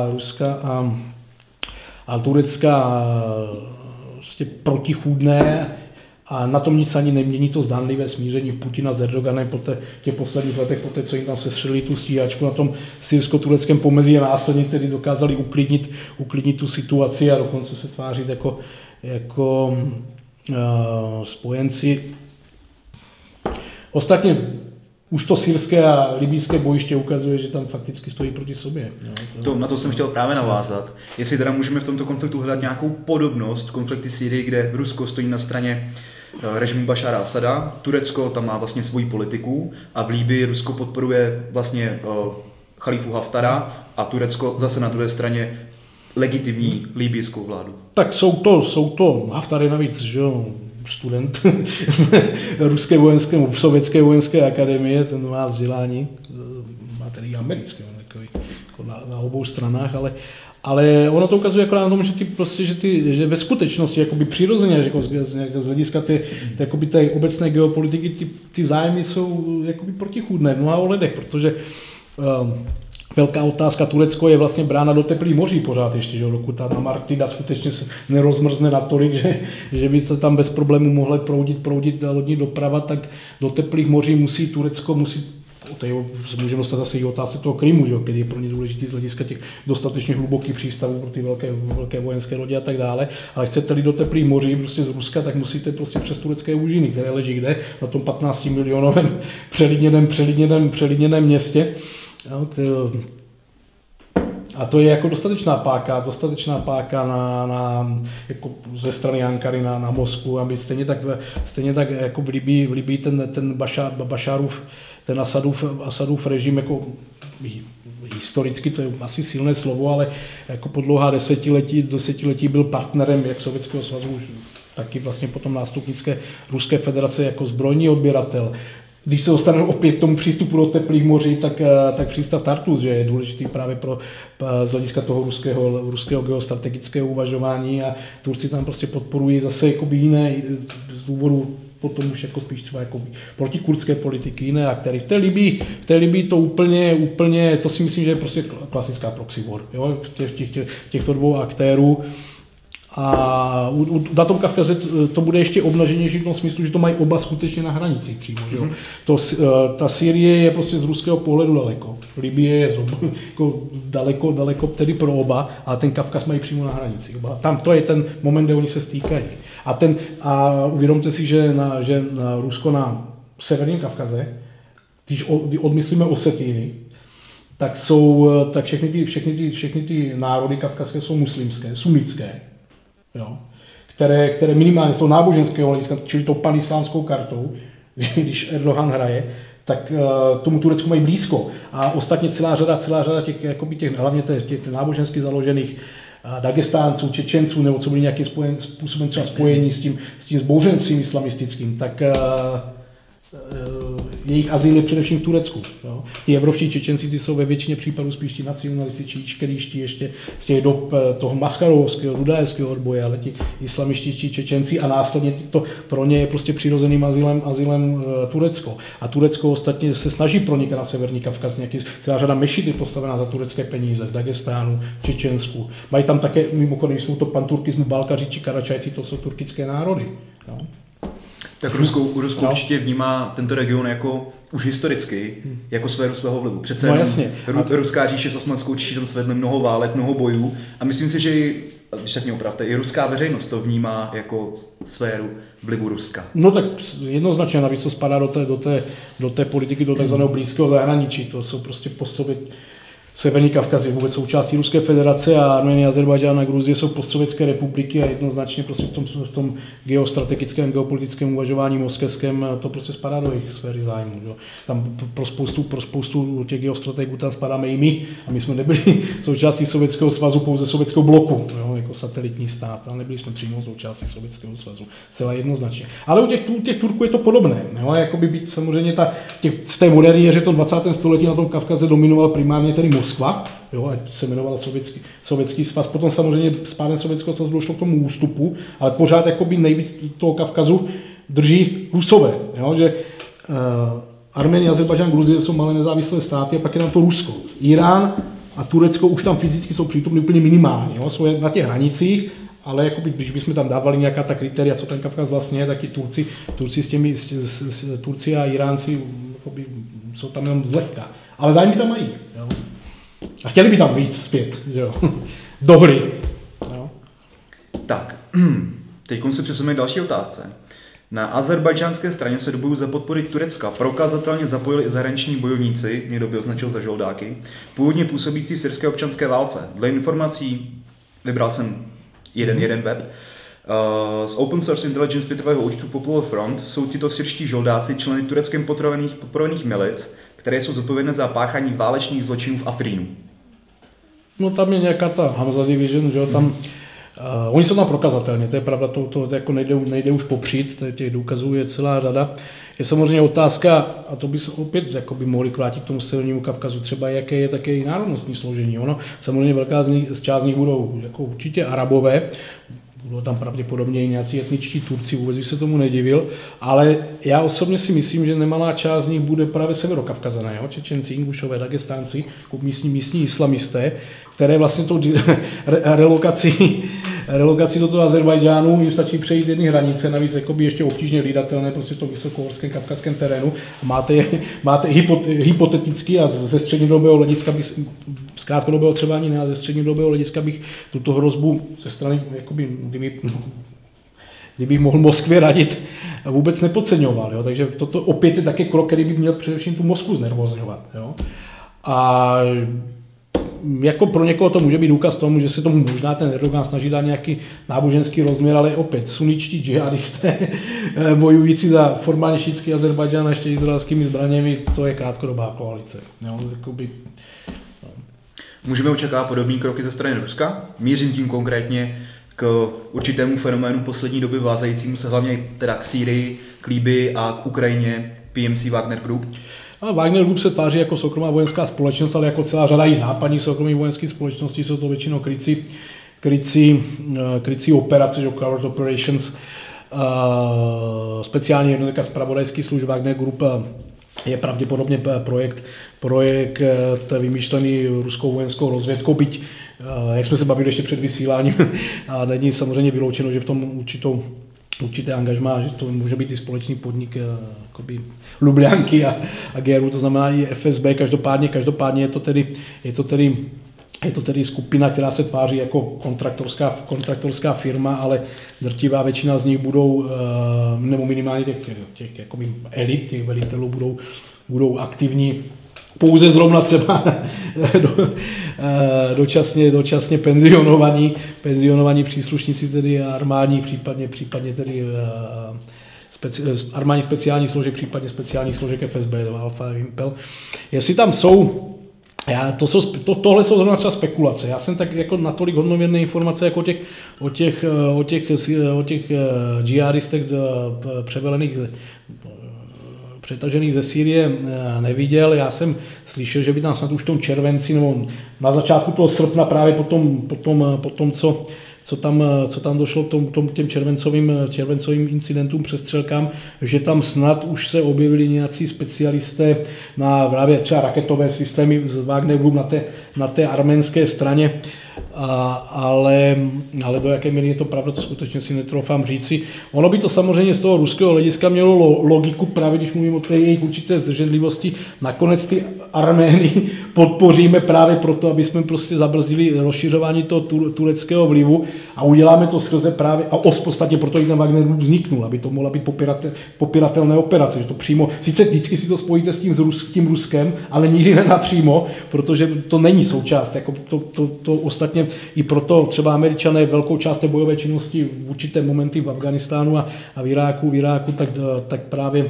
a Turecka prostě protichůdné a na tom nic ani nemění to zdánlivé smíření Putina s Erdoganem po těch posledních letech, po té, co jim tam sestřelili tu stíhačku na tom syrsko-tureckém pomezí a následně tedy dokázali uklidnit tu situaci a dokonce se tvářit jako spojenci. Ostatně už to syrské a libýské bojiště ukazuje, že tam fakticky stojí proti sobě. Na to jsem chtěl právě navázat. Jestli teda můžeme v tomto konfliktu hledat nějakou podobnost konflikty Sýrii, kde Rusko stojí na straně režimu Bašára Asada, Turecko tam má vlastně svoji politiku a v Libyi Rusko podporuje vlastně chalífu Haftara a Turecko zase na druhé straně legitimní libijskou vládu. Tak jsou to Haftar je navíc, že jo, student ruské sovětské vojenské akademie, ten má vzdělání, má tedy americké, na obou stranách, ale ono to ukazuje akorát na tom, že ve skutečnosti jakoby přirozeně, jako z hlediska té obecné geopolitiky, ty zájmy jsou jakoby protichůdné v mnoha ohledech, protože velká otázka, Turecko je vlastně brána do teplých moří pořád ještě, že dokud ta Martida skutečně se nerozmrzne natolik, že by se tam bez problémů mohla proudit lodní doprava, tak do teplých moří Turecko musí, to je, můžeme dostat zase i otázky toho Krymu, že, který je pro ně důležitý z hlediska těch dostatečně hlubokých přístavů pro ty velké vojenské lodě a tak dále, ale chcete-li do teplých moří prostě z Ruska, tak musíte prostě přes turecké úžiny, které leží kde? Na tom 15 milionovém přelidněném městě. A to je jako dostatečná páka jako ze strany Ankary na Moskvu, aby stejně tak jako v Libii ten Bašárův, ten Asadův režim jako historicky, to je asi silné slovo, ale jako po dlouhá desetiletí byl partnerem jak Sovětského svazu, už taky vlastně potom nástupnické Ruské federace jako zbrojní odběratel. Když se dostaneme opět k tomu přístupu do teplých moří, tak přístav Tartus, že je důležitý právě z hlediska toho ruského geostrategického uvažování a Turci tam prostě podporují zase jakoby jiné z důvodu potom už jako spíš třeba jako protikurdské politiky, jiné aktéry. V té Libii to úplně, to si myslím, že je prostě klasická proxy war, jo? Těchto dvou aktérů. A na tom Kavkaze to bude ještě obnaženější v tom smyslu, že to mají oba skutečně na hranicích přímo. Že? Ta Sýrie je prostě z ruského pohledu daleko. Libye je jako daleko tedy pro oba, ale ten Kavkaz mají přímo na hranicích. Tam to je ten moment, kde oni se stýkají. A uvědomte si, že na Rusko na severním Kavkaze, když odmyslíme Osetiny, tak všechny ty národy kavkazské jsou muslimské, sunnické. Jo, které minimálně z toho náboženského hlediska, čili tou panislámskou kartou, když Erdogan hraje, tak tomu Turecku mají blízko. A ostatně celá řada těch hlavně těch nábožensky založených Dagestánců, Čečenců, nebo co byli nějakým způsobem třeba spojení s tím zbouřenstvím islamistickým, tak jejich azyl je především v Turecku. Jo. Ty evropští Čečenci ty jsou ve většině případů spíš ti nacionalističtí, čkelíští ještě z těch dob toho maskarovského, dudájevského odboje, ale ti islamističtí Čečenci a následně to pro ně je prostě přirozeným azylem Turecko. A Turecko ostatně se snaží pronikat na severní Kavkaz, celá řada mešit je postavená za turecké peníze v Dagestánu, Čečensku. Mají tam také, mimochodem, jsou to panturkismu, Balkaři či Karačajci, to jsou turkické národy. Jo. Tak Rusko určitě vnímá tento region jako už historicky, jako sféru svého vlivu. Přece jenom ruská říše s osmanskou říší tam svedly mnoho válek, mnoho bojů a myslím si, že když tak mě opravte, i ruská veřejnost to vnímá jako sféru vlivu Ruska. No tak jednoznačně, navíc to spadá do té politiky, do takzvaného blízkého zahraničí. To jsou prostě Severní Kavkaz je vůbec součástí Ruské federace a Arménie, Azerbajdžán a Gruzie jsou postsovětské republiky a jednoznačně prostě v tom geostrategickém, geopolitickém uvažování moskevském to prostě spadá do jejich sféry zájmu. Jo. Tam pro spoustu těch geostrategů tam spadáme i my a my jsme nebyli součástí Sovětského svazu, pouze Sovětského bloku, jo, jako satelitní stát, ale nebyli jsme přímo součástí Sovětského svazu, celá jednoznačně. Ale u těch Turků je to podobné. Jo, jakoby být samozřejmě v té moderní éře to 20. století na tom Kavkaze dominoval primárně tedy Moskva, jo, ať se jmenoval Sovětský svaz. Potom samozřejmě s pádem Sovětského svazu došlo k tomu ústupu, ale pořád jakoby nejvíc toho Kavkazu drží Rusové. Jo, že Arménie, Azerbajdžán, Gruzie jsou malé nezávislé státy a pak je tam to Rusko. Irán a Turecko už tam fyzicky jsou přítomny úplně minimálně. Jo, jsou na těch hranicích, ale jakoby, když bychom tam dávali nějaká ta kritéria, co ten Kavkaz vlastně je, tak i Turci a Iránci jakoby, jsou tam jenom zlehka. Ale zájmy tam mají. Jo. A chtěli by tam víc zpět, že jo, do hry. Jo. Tak, teď se přesuneme k další otázce. Na azerbajdžánské straně se do bojů za podpory Turecka prokazatelně zapojili i zahraniční bojovníci, někdo by označil za žoldáky, původně působící v syrské občanské válce. Dle informací, vybral jsem jeden web, z Open Source Intelligence světového účtu Popular Front jsou tito syrští žoldáci členy tureckým podporovaných milic, které jsou zodpovědné za páchání válečných zločinů v Afrínu. No tam je nějaká ta Hamza Division, že jo, tam oni jsou tam prokazatelně, to je pravda, to jako nejde už popřít, těch důkazů je celá řada. Je samozřejmě otázka, a to by se opět by mohli vrátit k tomu severnímu Kavkazu, třeba jaké je také i národnostní složení. Ono, samozřejmě velká část z nich budou jako určitě Arabové, budou tam pravděpodobně i nějací etničtí Turci, vůbec bych se tomu nedivil, ale já osobně si myslím, že nemalá část z nich bude právě severokavkazané, jo? Čečenci, Ingušové, Dagestánci, místní islamisté, které vlastně tou relokací do toho Azerbajdžánu jim stačí přejít jedny hranice, navíc jakoby ještě obtížně hlídatelné prostě v tom vysokohorském kavkazském terénu. Máte hypoteticky a ze střednědobého hlediska z krátkodobého třeba ani ne, ale ze střednědobého hlediska bych tuto hrozbu ze strany, jakoby, kdybych mohl Moskvě radit, vůbec nepodceňoval. Jo? Takže toto opět je také krok, který by měl především tu Moskvu znervozňovat. Jo? A jako pro někoho to může být důkaz tomu, že se tomu možná ten Erdogan snaží dát nějaký náboženský rozměr, ale opět sunničtí džihadisté bojující za formálně šítský Azerbajdžán a ještě izraelskými zbraněmi, to je krátkodobá koalice. Jo, jakoby, no. Můžeme očekávat podobné kroky ze strany Ruska? Mířím tím konkrétně k určitému fenoménu poslední doby vázajícímu se hlavně teda k Sýrii, k Líbii a k Ukrajině, PMC Wagner Group? A Wagner Group se tváří jako soukromá vojenská společnost, ale jako celá řada i západních soukromých vojenských společností jsou to většinou krycí operace, že Covered Operations, speciálně jednotka zpravodajských služb Wagner Group je pravděpodobně projekt vymýšlený ruskou vojenskou rozvědkou, byť, jak jsme se bavili ještě před vysíláním, a není samozřejmě vyloučeno, že v tom určité angažmá, že to může být i společný podnik Lublanky a GRU, to znamená i FSB, každopádně je to tedy skupina, která se tváří jako kontraktorská firma, ale drtivá většina z nich budou, nebo minimálně těch jakoby elit, těch velitelů budou aktivní pouze zrovna třeba dočasně penzionovaní příslušníci, tedy armádní, případně tedy armádní speciálních složek, případně speciálních složek FSB, Alfa Impel. Jestli tam jsou, tohle jsou zrovna třeba spekulace. Já jsem tak jako natolik hodnověrné informace jako o těch džihadistech převelených, přetažených ze Sýrie neviděl. Já jsem slyšel, že by tam snad už v tom červenci nebo na začátku toho srpna právě po tom, co tam došlo k těm červencovým incidentům, přestřelkám, že tam snad už se objevili nějací specialisté na právě třeba raketové systémy z Wagner Group na té arménské straně, ale do jaké míry je to pravda, to skutečně si netroufám říci. Ono by to samozřejmě z toho ruského hlediska mělo logiku, právě když mluvím o té jejich určité zdrženlivosti. Nakonec ty Armény podpoříme právě proto, aby jsme prostě zabrzdili rozšiřování toho tureckého vlivu a uděláme to skrze právě, a v podstatě proto i ten Wagner Group vzniknul, aby to mohla být popiratelné operace, že to přímo, sice vždycky si to spojíte s tím Ruskem, ale nikdy ne napřímo, protože to není součást, jako to ostatně i proto třeba Američané velkou část té bojové činnosti v určité momenty v Afghánistánu a v Iráku tak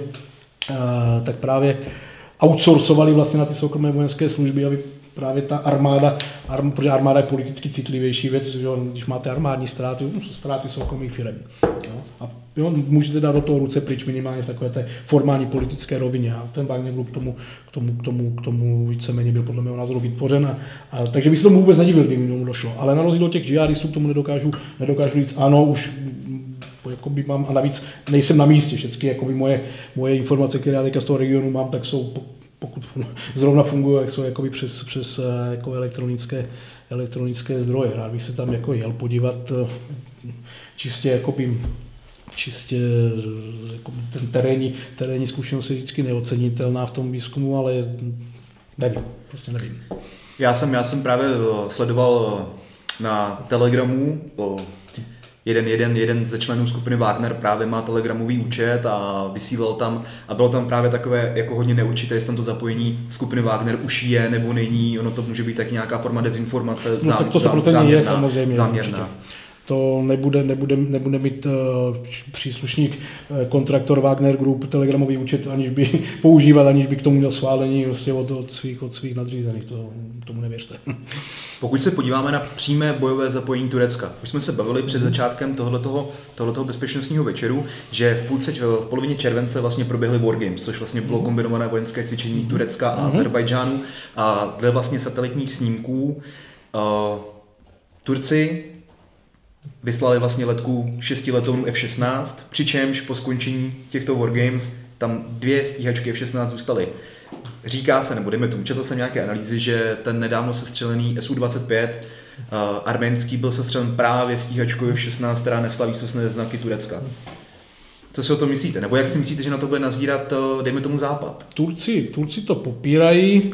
právě outsourcovali vlastně na ty soukromé vojenské služby, aby právě ta armáda, protože armáda je politicky citlivější věc, že když máte armádní ztráty, ztráty soukromých firem. A můžete dát do toho ruce pryč minimálně v takové té formální politické rovině. A ten Wagner Group k tomu víceméně byl podle mého názoru vytvořen. Takže by se tomu vůbec nedivil, kdyby tomu došlo. Ale na rozdíl od těch džihadistů k tomu nedokážu říct, ano, už jakoby mám, a navíc nejsem na místě. Všechny jakoby moje informace, které já teďka z toho regionu mám, tak jsou, pokud zrovna fungují, jak jsou jakoby přes jako elektronické zdroje. Rád bych se tam jako jel podívat čistě jako ten terénní zkušenost je vždycky neocenitelná v tom výzkumu, ale nevím. Já jsem právě sledoval na Telegramu, jeden ze členů skupiny Wagner právě má telegramový účet a vysílal tam a bylo tam právě takové jako hodně neurčité, jestli tam to zapojení skupiny Wagner už je nebo není, ono to může být tak nějaká forma dezinformace, záměrná. To nebude mít příslušník, kontraktor Wagner Group telegramový účet, aniž by k tomu měl schválení vlastně od svých nadřízených. Tomu nevěřte. Pokud se podíváme na přímé bojové zapojení Turecka, už jsme se bavili před začátkem tohoto bezpečnostního večeru, že v polovině července vlastně proběhly Wargames, což vlastně bylo kombinované vojenské cvičení Turecka a Azerbajdžánu a dle vlastně satelitních snímků Turci vyslali vlastně letku 6 letounů F-16, přičemž po skončení těchto Wargames tam 2 stíhačky F-16 zůstaly. Říká se, nebo dejme tomu, četl jsem nějaké analýzy, že ten nedávno sestřelený Su-25 arménský byl sestřelen právě stíhačkou F-16, která nesla výsostné znaky Turecka. Co si o tom myslíte? Nebo jak si myslíte, že na to bude nazírat, dejme tomu, Západ? Turci to popírají.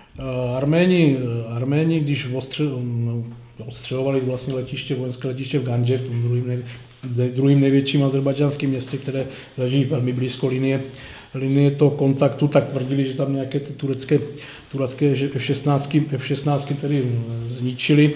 Arméni, když odstřelovali vlastně vojenské letiště v Gandži, v tom druhým největším azerbajdžánském městě, které leží velmi blízko linie linie toho kontaktu, tak tvrdili, že tam nějaké ty turecké F-16 tedy zničili.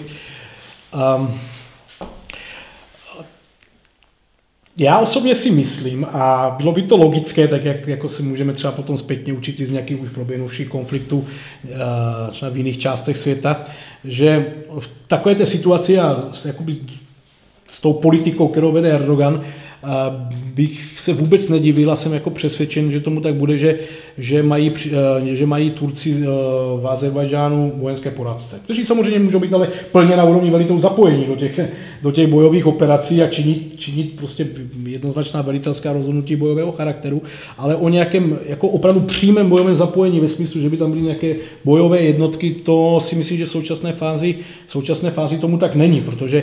Já osobně si myslím, a bylo by to logické, tak jako si můžeme třeba potom zpětně učit z nějakých už proběhnuvších konfliktů třeba v jiných částech světa, že v takové té situaci a s tou politikou, kterou vede Erdogan, bych se vůbec nedivil a jsem jako přesvědčen, že tomu tak bude, že mají Turci v Azerbajdžánu vojenské poradce, kteří samozřejmě můžou být ale plně na úrovni velitelů zapojení do těch bojových operací a činit prostě jednoznačná velitelská rozhodnutí bojového charakteru, ale o nějakém jako opravdu přímém bojovém zapojení ve smyslu, že by tam byly nějaké bojové jednotky, to si myslím, že v současné fázi tomu tak není, protože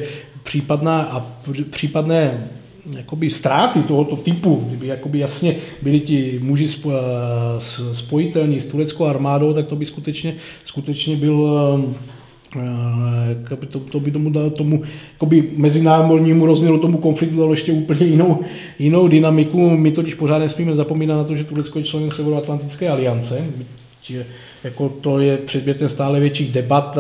případné jakoby ztráty tohoto typu, kdyby jakoby jasně byli ti muži spojitelní s tureckou armádou, tak to by skutečně byl, to by tomu dalo tomu jakoby mezinárodnímu rozměru tomu konfliktu dalo ještě úplně jinou dynamiku. My totiž pořád nesmíme zapomínat na to, že Turecko je členem Severoatlantické aliance. Jako to je předmětem stále větších debat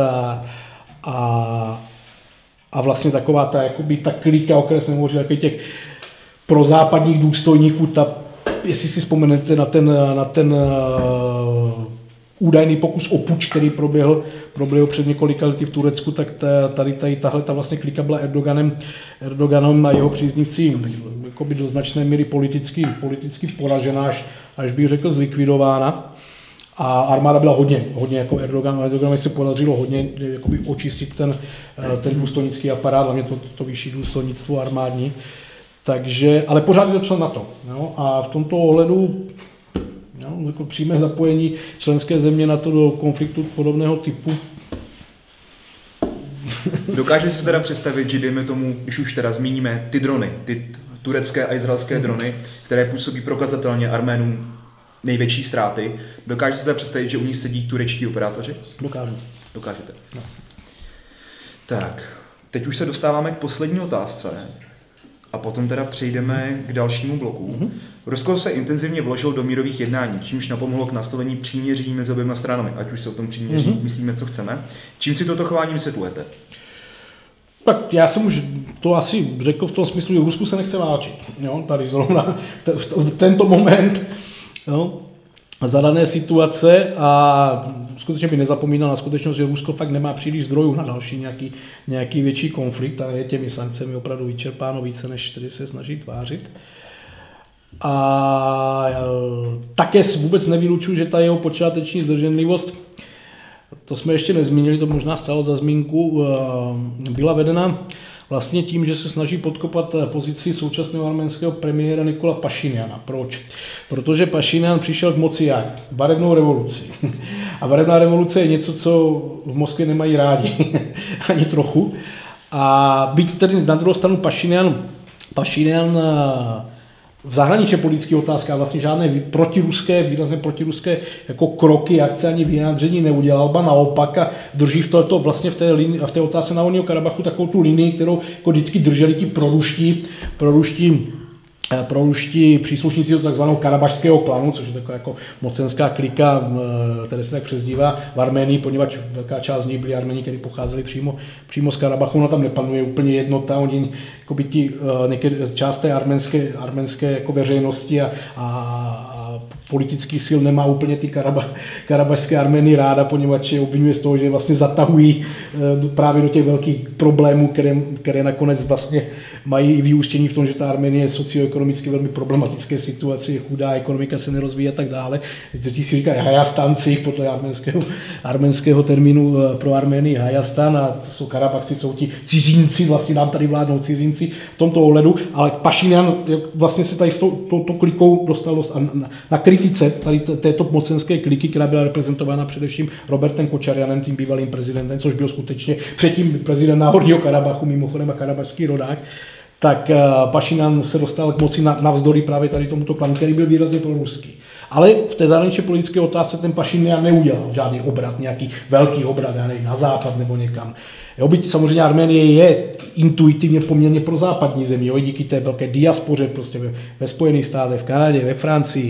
a vlastně taková ta klika, o které jsem hovořil, jako těch prozápadních důstojníků, jestli si vzpomenete na ten údajný pokus o puč, který proběhl před několika lety v Turecku, tak tahle vlastně klika byla Erdoganem a jeho příznivci do značné míry politicky poražená, až bych řekl zlikvidována. A armáda byla hodně jako Erdoganovi se podařilo hodně jakoby očistit ten důstojnický aparát, hlavně to vyšší důstojnictvo armádní. Takže, ale pořád je to člen NATO. No? A v tomto ohledu jako přímé zapojení členské země NATO do konfliktu podobného typu. Dokáže si teda představit, že dejme tomu, když už teda zmíníme ty drony, ty turecké a izraelské drony, které působí prokazatelně Arménům největší ztráty. Dokážete si teda představit, že u nich sedí turečtí operátoři? Dokážu. Dokážete. No. Tak, teď už se dostáváme k poslední otázce a potom teda přejdeme k dalšímu bloku. Rusko se intenzivně vložilo do mírových jednání, čímž napomohlo k nastavení příměří mezi oběma stranami, ať už se o tom příměří myslíme, co chceme. Čím si toto chování vysvětlujete? Tak já jsem už to asi řekl v tom smyslu, že Rusku se nechce válčit. Jo? Tady zrovna v tento moment. Jo, za dané situace a skutečně by nezapomínal na skutečnost, že Rusko fakt nemá příliš zdrojů na další nějaký větší konflikt a je těmi sankcemi opravdu vyčerpáno více, než tedy se snaží tvářit. A také vůbec nevylučuju, že ta jeho počáteční zdrženlivost, to jsme ještě nezmínili, to možná stalo za zmínku, byla vedena vlastně tím, že se snaží podkopat pozici současného arménského premiéra Nikola Pašinjana. Proč? Protože Pašinjan přišel k moci jak? Barevnou revoluci. A barevná revoluce je něco, co v Moskvě nemají rádi. Ani trochu. A byť tedy na druhou stranu Pašinjan v zahraničně politických otázkách vlastně žádné výrazně protiruské jako kroky, akce ani vyjádření neudělal, ba naopak a drží vlastně v té otázce Náhorního Karabachu takovou tu linii, kterou jako vždycky drželi ti proruští příslušníci do takzvaného karabašského klanu, což je taková jako mocenská klika, které se tak přezdívá v Arménii, poněvadž velká část z nich byli Arméni, kteří pocházeli přímo z Karabachu, no tam nepanuje úplně jednota, oni jako by část té arménské jako veřejnosti a politických sil nemá úplně ty karabašské Armény ráda, poněvadž je obvinuje z toho, že vlastně zatahují právě do těch velkých problémů, které nakonec vlastně mají i vyústění v tom, že ta Arménie je socioekonomicky velmi problematické situaci, je chudá, ekonomika se nerozvíjí a tak dále. Teď si říkají Hajastanci podle arménského termínu pro Arménii Hajastan a to jsou Karabachci, jsou ti cizinci, vlastně nám tady vládnou cizinci v tomto ohledu, ale Pašinjan vlastně se tady s touto klikou dostal dost na kritice tady této mocenské kliky, která byla reprezentována především Robertem Kočarjanem, tím bývalým prezidentem, což byl skutečně předtím prezident Náhorního Karabachu, mimochodem a karabašský rodák, tak Pašinjan se dostal k moci navzdory právě tady tomuto klanu, který byl výrazně proruský. Ale v té zahraničně politické otázce ten Pašinjan neudělal žádný obrat, nějaký velký obrat, já nevím, na západ nebo někam. Jo, byť samozřejmě Arménie je intuitivně poměrně prozápadní země, jo, díky té velké diaspoře prostě ve Spojených státech, v Kanadě, ve Francii,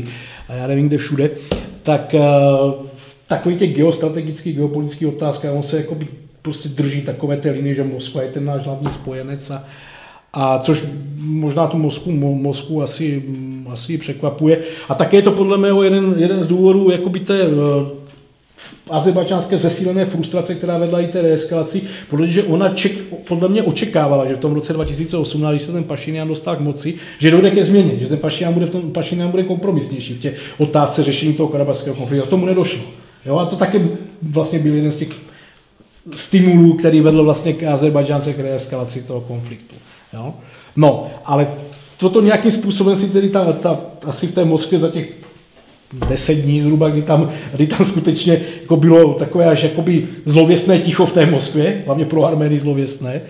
a já nevím kde všude, tak v takových těch geostrategických, geopolitických otázkách on se jakoby prostě drží takové té linie, že Moskva je ten náš hlavní spojenec a což možná tu Moskvu asi překvapuje. A také je to podle mého jeden z důvodů jakoby té azerbajdžánské zesílené frustrace, která vedla i té reeskalaci, protože ona podle mě očekávala, že v tom roce 2018, když se ten Pašinjan dostal k moci, že dojde ke změně, že ten Pašinjan bude kompromisnější v té otázce řešení toho karabachského konfliktu. A tomu nedošlo. Jo? A to také vlastně byl jeden z těch stimulů, který vedl vlastně k Azerbajdžánce k reeskalaci toho konfliktu. Jo? No, ale toto nějakým způsobem si tedy asi v té Moskvě za těch 10 dní zhruba, kdy tam skutečně jako bylo takové až jakoby zlověstné ticho v té Moskvě, hlavně pro Armény zlověstné,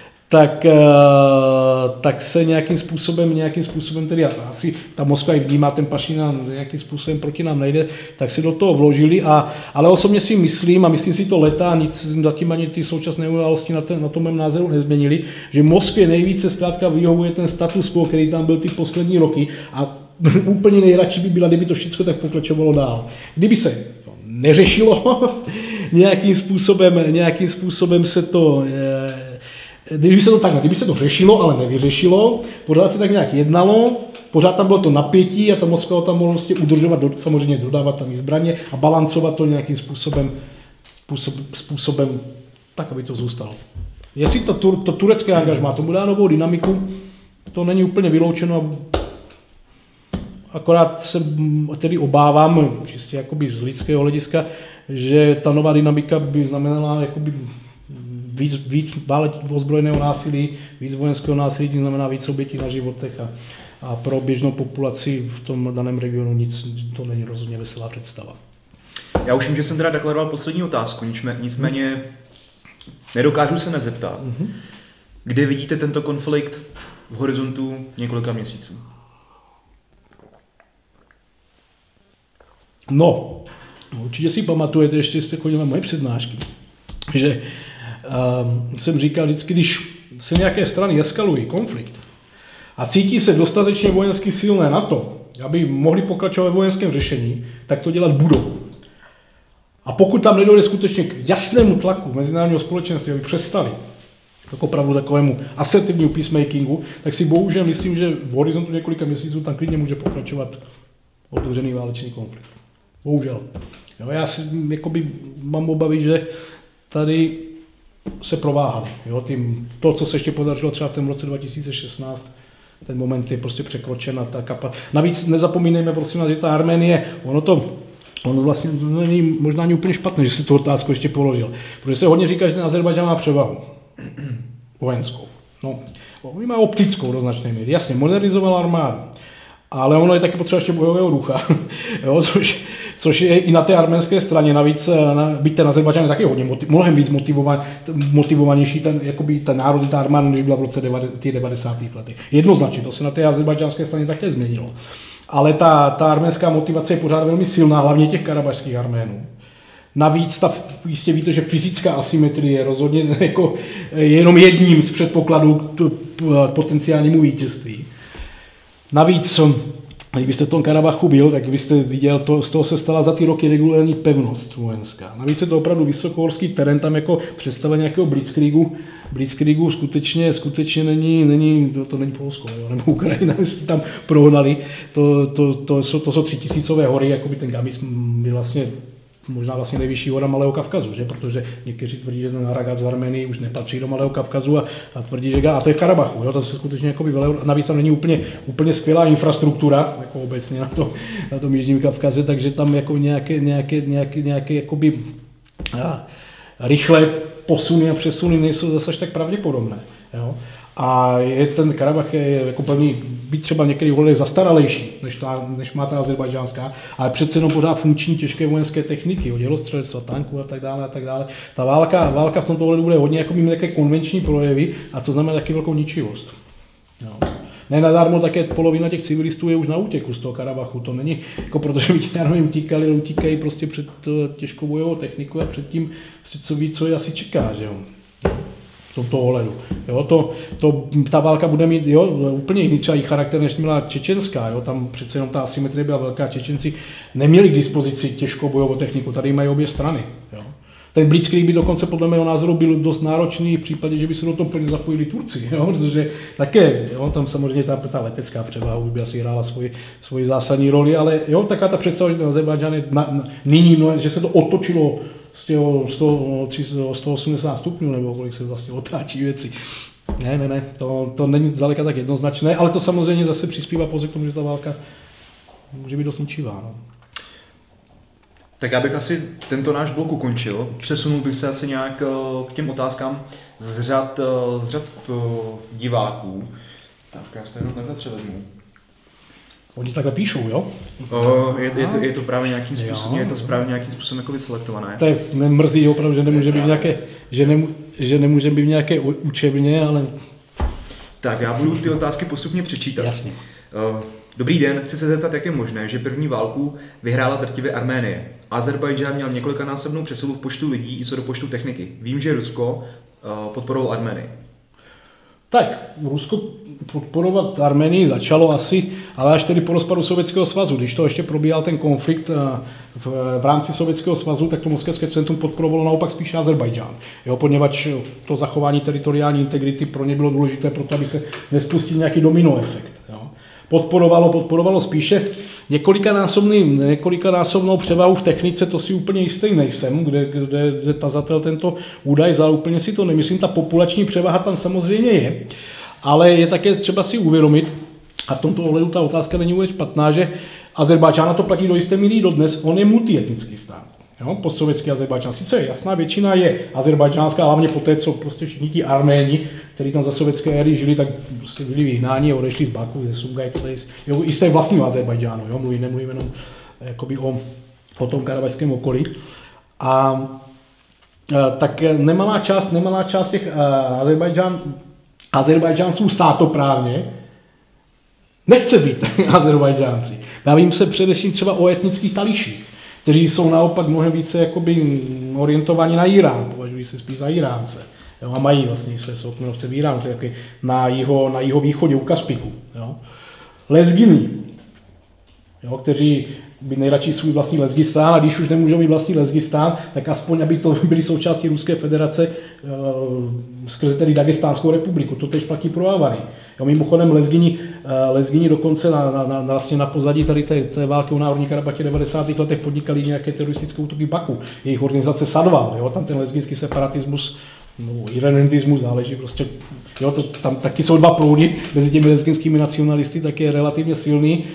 tak se nějakým způsobem tedy asi ta Moskva i vnímá ten Pašinjan nějakým způsobem proti nám nejde, tak si do toho vložili, ale osobně si myslím, a myslím si to leta, nic zatím ani ty současné události na tom mém názoru nezměnili, že Moskvě nejvíce zkrátka vyhovuje ten status quo, který tam byl ty poslední roky a úplně nejradši by byla, kdyby to všechno tak pokračovalo dál. Kdyby se to neřešilo, nějakým způsobem se to kdyby se to řešilo, ale nevyřešilo, pořád se tak nějak jednalo, pořád tam bylo to napětí a ta Moskva tam mohla vlastně udržovat, samozřejmě dodávat tam i zbraně a balancovat to nějakým způsobem tak, aby to zůstalo. Jestli to turecké angažmá tomu dá novou dynamiku, to není úplně vyloučeno, akorát se tedy obávám, čistě jakoby z lidského hlediska, že ta nová dynamika by znamenala jakoby víc ozbrojeného násilí, víc vojenského násilí, tím znamená víc obětí na životech a pro běžnou populaci v tom daném regionu nic, to není rozhodně veselá představa. Já už vím, že jsem teda deklaroval poslední otázku, nicméně nedokážu se nezeptat. Kde vidíte tento konflikt v horizontu několika měsíců? No, určitě si pamatujete, ještě jste chodili na moje přednášky, že jsem říkal vždycky, když se nějaké strany eskalují konflikt a cítí se dostatečně vojensky silné na to, aby mohli pokračovat ve vojenském řešení, tak to dělat budou. A pokud tam nedojde skutečně k jasnému tlaku mezinárodního společenství, aby přestali jako opravdu takovému asertivnímu peacemakingu, tak si bohužel myslím, že v horizontu několika měsíců tam klidně může pokračovat otevřený válečný konflikt. Bohužel. Jo, já si jakoby mám obavy, že tady se prováhali. Jo, to, co se ještě podařilo třeba v tom roce 2016, ten moment je prostě překročena ta kapacita. Navíc nezapomínejme, prosím vás, že ta Arménie, ono vlastně není možná ani úplně špatné, že si tu otázku ještě položil. Protože se hodně říká, že ten Azerbajdžán má převahu vojenskou. No, oni mají optickou do značné míry. Jasně, modernizoval armádu. Ale ono je taky potřeba ještě bojového ducha, jo, což je i na té arménské straně. Navíc byť ten Azerbajdžán je taky mnohem víc motivovanější ten národ, ta armáda, než byla v roce 90. letech. Jednoznačně, to se na té azerbajdžánské straně také změnilo. Ale ta arménská motivace je pořád velmi silná, hlavně těch karabachských Arménů. Navíc jistě víte, že fyzická asymetrie je rozhodně jako jenom jedním z předpokladů k potenciálnímu vítězství. Navíc, kdybyste v tom Karabachu byl, tak byste viděl, z toho se stala za ty roky regulární pevnost vojenská. Navíc je to opravdu vysokohorský terén, tam jako představa nějakého blitzkriegu skutečně není, to není Polsko, jo, nebo Ukrajina, jste tam prohnali, to jsou 3000 hory, jako by ten Gamis byl vlastně možná vlastně nejvyšší hora Malého Kavkazu, že? Protože někteří tvrdí, že ten Aragat z Arménie už nepatří do Malého Kavkazu a tvrdí, že a to je v Karabachu, jo? To se skutečně jako navíc tam není úplně skvělá infrastruktura, jako obecně na tom Jižním Kavkaze, takže tam jako nějaké jakoby rychlé posuny a přesuny nejsou zase až tak pravděpodobné. Jo? A je ten Karabach je jako pevný, být třeba některý ohledech zastaralejší, než má ta azerbajdžánská, ale přece jenom pořád funkční těžké vojenské techniky, od dělostřelectva, tanků a tak dále. Ta válka v tomto ohledu bude hodně jako mít také konvenční projevy, a co znamená taky velkou ničivost. No. Ne nadarmo také polovina těch civilistů je už na útěku z toho Karabachu. To není jako protože by ti armády utíkají prostě před těžkou bojovou technikou a před tím, co ví, co je asi čeká, že jo. v tomto ohledu. Jo, ta válka bude mít úplně jiný třeba i charakter, než měla čečenská. Jo, tam přece jenom ta asymetrie byla velká. Čečenci neměli k dispozici těžkou bojovou techniku, tady mají obě strany. Jo. Ten Blitzkrieg by dokonce podle mého názoru byl dost náročný v případě, že by se do toho plně zapojili Turci, jo, protože také, jo, tam samozřejmě ta letecká převaha by asi hrála svoji zásadní roli, ale jo, taková ta představa, že ten Azerbajdžán je nyní, že se to otočilo z toho 180 stupňů, nebo kolik se vlastně otáčí věci. Ne, to není zdaleka tak jednoznačné, ale to samozřejmě zase přispívá pouze k tomu, že ta válka může být dost ničivá. No. Tak já bych asi tento náš blok ukončil. Přesunul bych se asi nějak k těm otázkám z řad diváků. Tak já se jenom takhle převezmu. Oni takhle píšou, jo? Je to právě nějakým způsobem, je to správně nějakým způsobem jako vyselektované. To je mrzí opravdu, že nemůže být nějaké, že nemůže být nějaké učebně, ale... Tak já budu ty otázky postupně přečítat. Jasně. Dobrý den, chci se zeptat, jak je možné, že první válku vyhrála drtivě Arménie. Azerbajdžán měl několikanásobnou přesilu v počtu lidí i co do počtu techniky. Vím, že Rusko podporovalo Arménii. Tak, Rusko podporovat Arménii začalo asi, ale až tedy po rozpadu Sovětského svazu. Když to ještě probíhal ten konflikt v rámci Sovětského svazu, tak to Moskevské centrum podporovalo naopak spíše Azerbajdžán. Jo, poněvadž to zachování teritoriální integrity pro ně bylo důležité, proto aby se nespustil nějaký domino efekt. Jo. Podporovalo spíše několikanásobnou převahu v technice, to si úplně jistý nejsem, kde tazatel tento údaj vzal, úplně si to nemyslím, ta populační převaha tam samozřejmě je, ale je také třeba si uvědomit, a v tomto ohledu ta otázka není vůbec špatná, že Azerbajdžán to platí do jisté míry dodnes, on je multietnický stát. Jo, postsovětský Azerbajdžán. Sice je jasná, většina je azerbajdžánská, hlavně po té, co prostě všichni ti Arméni, kteří tam za sovětské éry žili, tak prostě byli vyhnáni a odešli z Baku, ze Sumgaj, i z té vlastního Azerbajdžánu, jo, nemluvím jenom jakoby o tom karabachském okolí. A tak nemalá část těch Azerbajdžánců státoprávně nechce být Azerbajdžánci. Bavím se především třeba o etnických Tališích, kteří jsou naopak mnohem více jakoby orientovaní na Irán, považují se spíš za Iránce. Jo, a mají vlastně své soukmenovce v Iránu, na jeho východě u Kaspiku. Jo. Lezginy, jo, kteří by nejradši svůj vlastní Lezgistán, a když už nemůžou mít vlastní Lezgistán, tak aspoň, aby to byly součástí Ruské federace skrze tedy Dagestánskou republiku. To tež platí pro Avary. Jo, mimochodem Lezgini dokonce vlastně na pozadí tady té války o Náhorní Karabachě v 90. letech podnikali nějaké teroristické útoky Baku. Jejich organizace Sadval, jo, tam ten lezginský separatismus, irredentismus záleží prostě, jo, tam taky jsou dva proudy mezi těmi lezginskými nacionalisty, tak je relativně silný.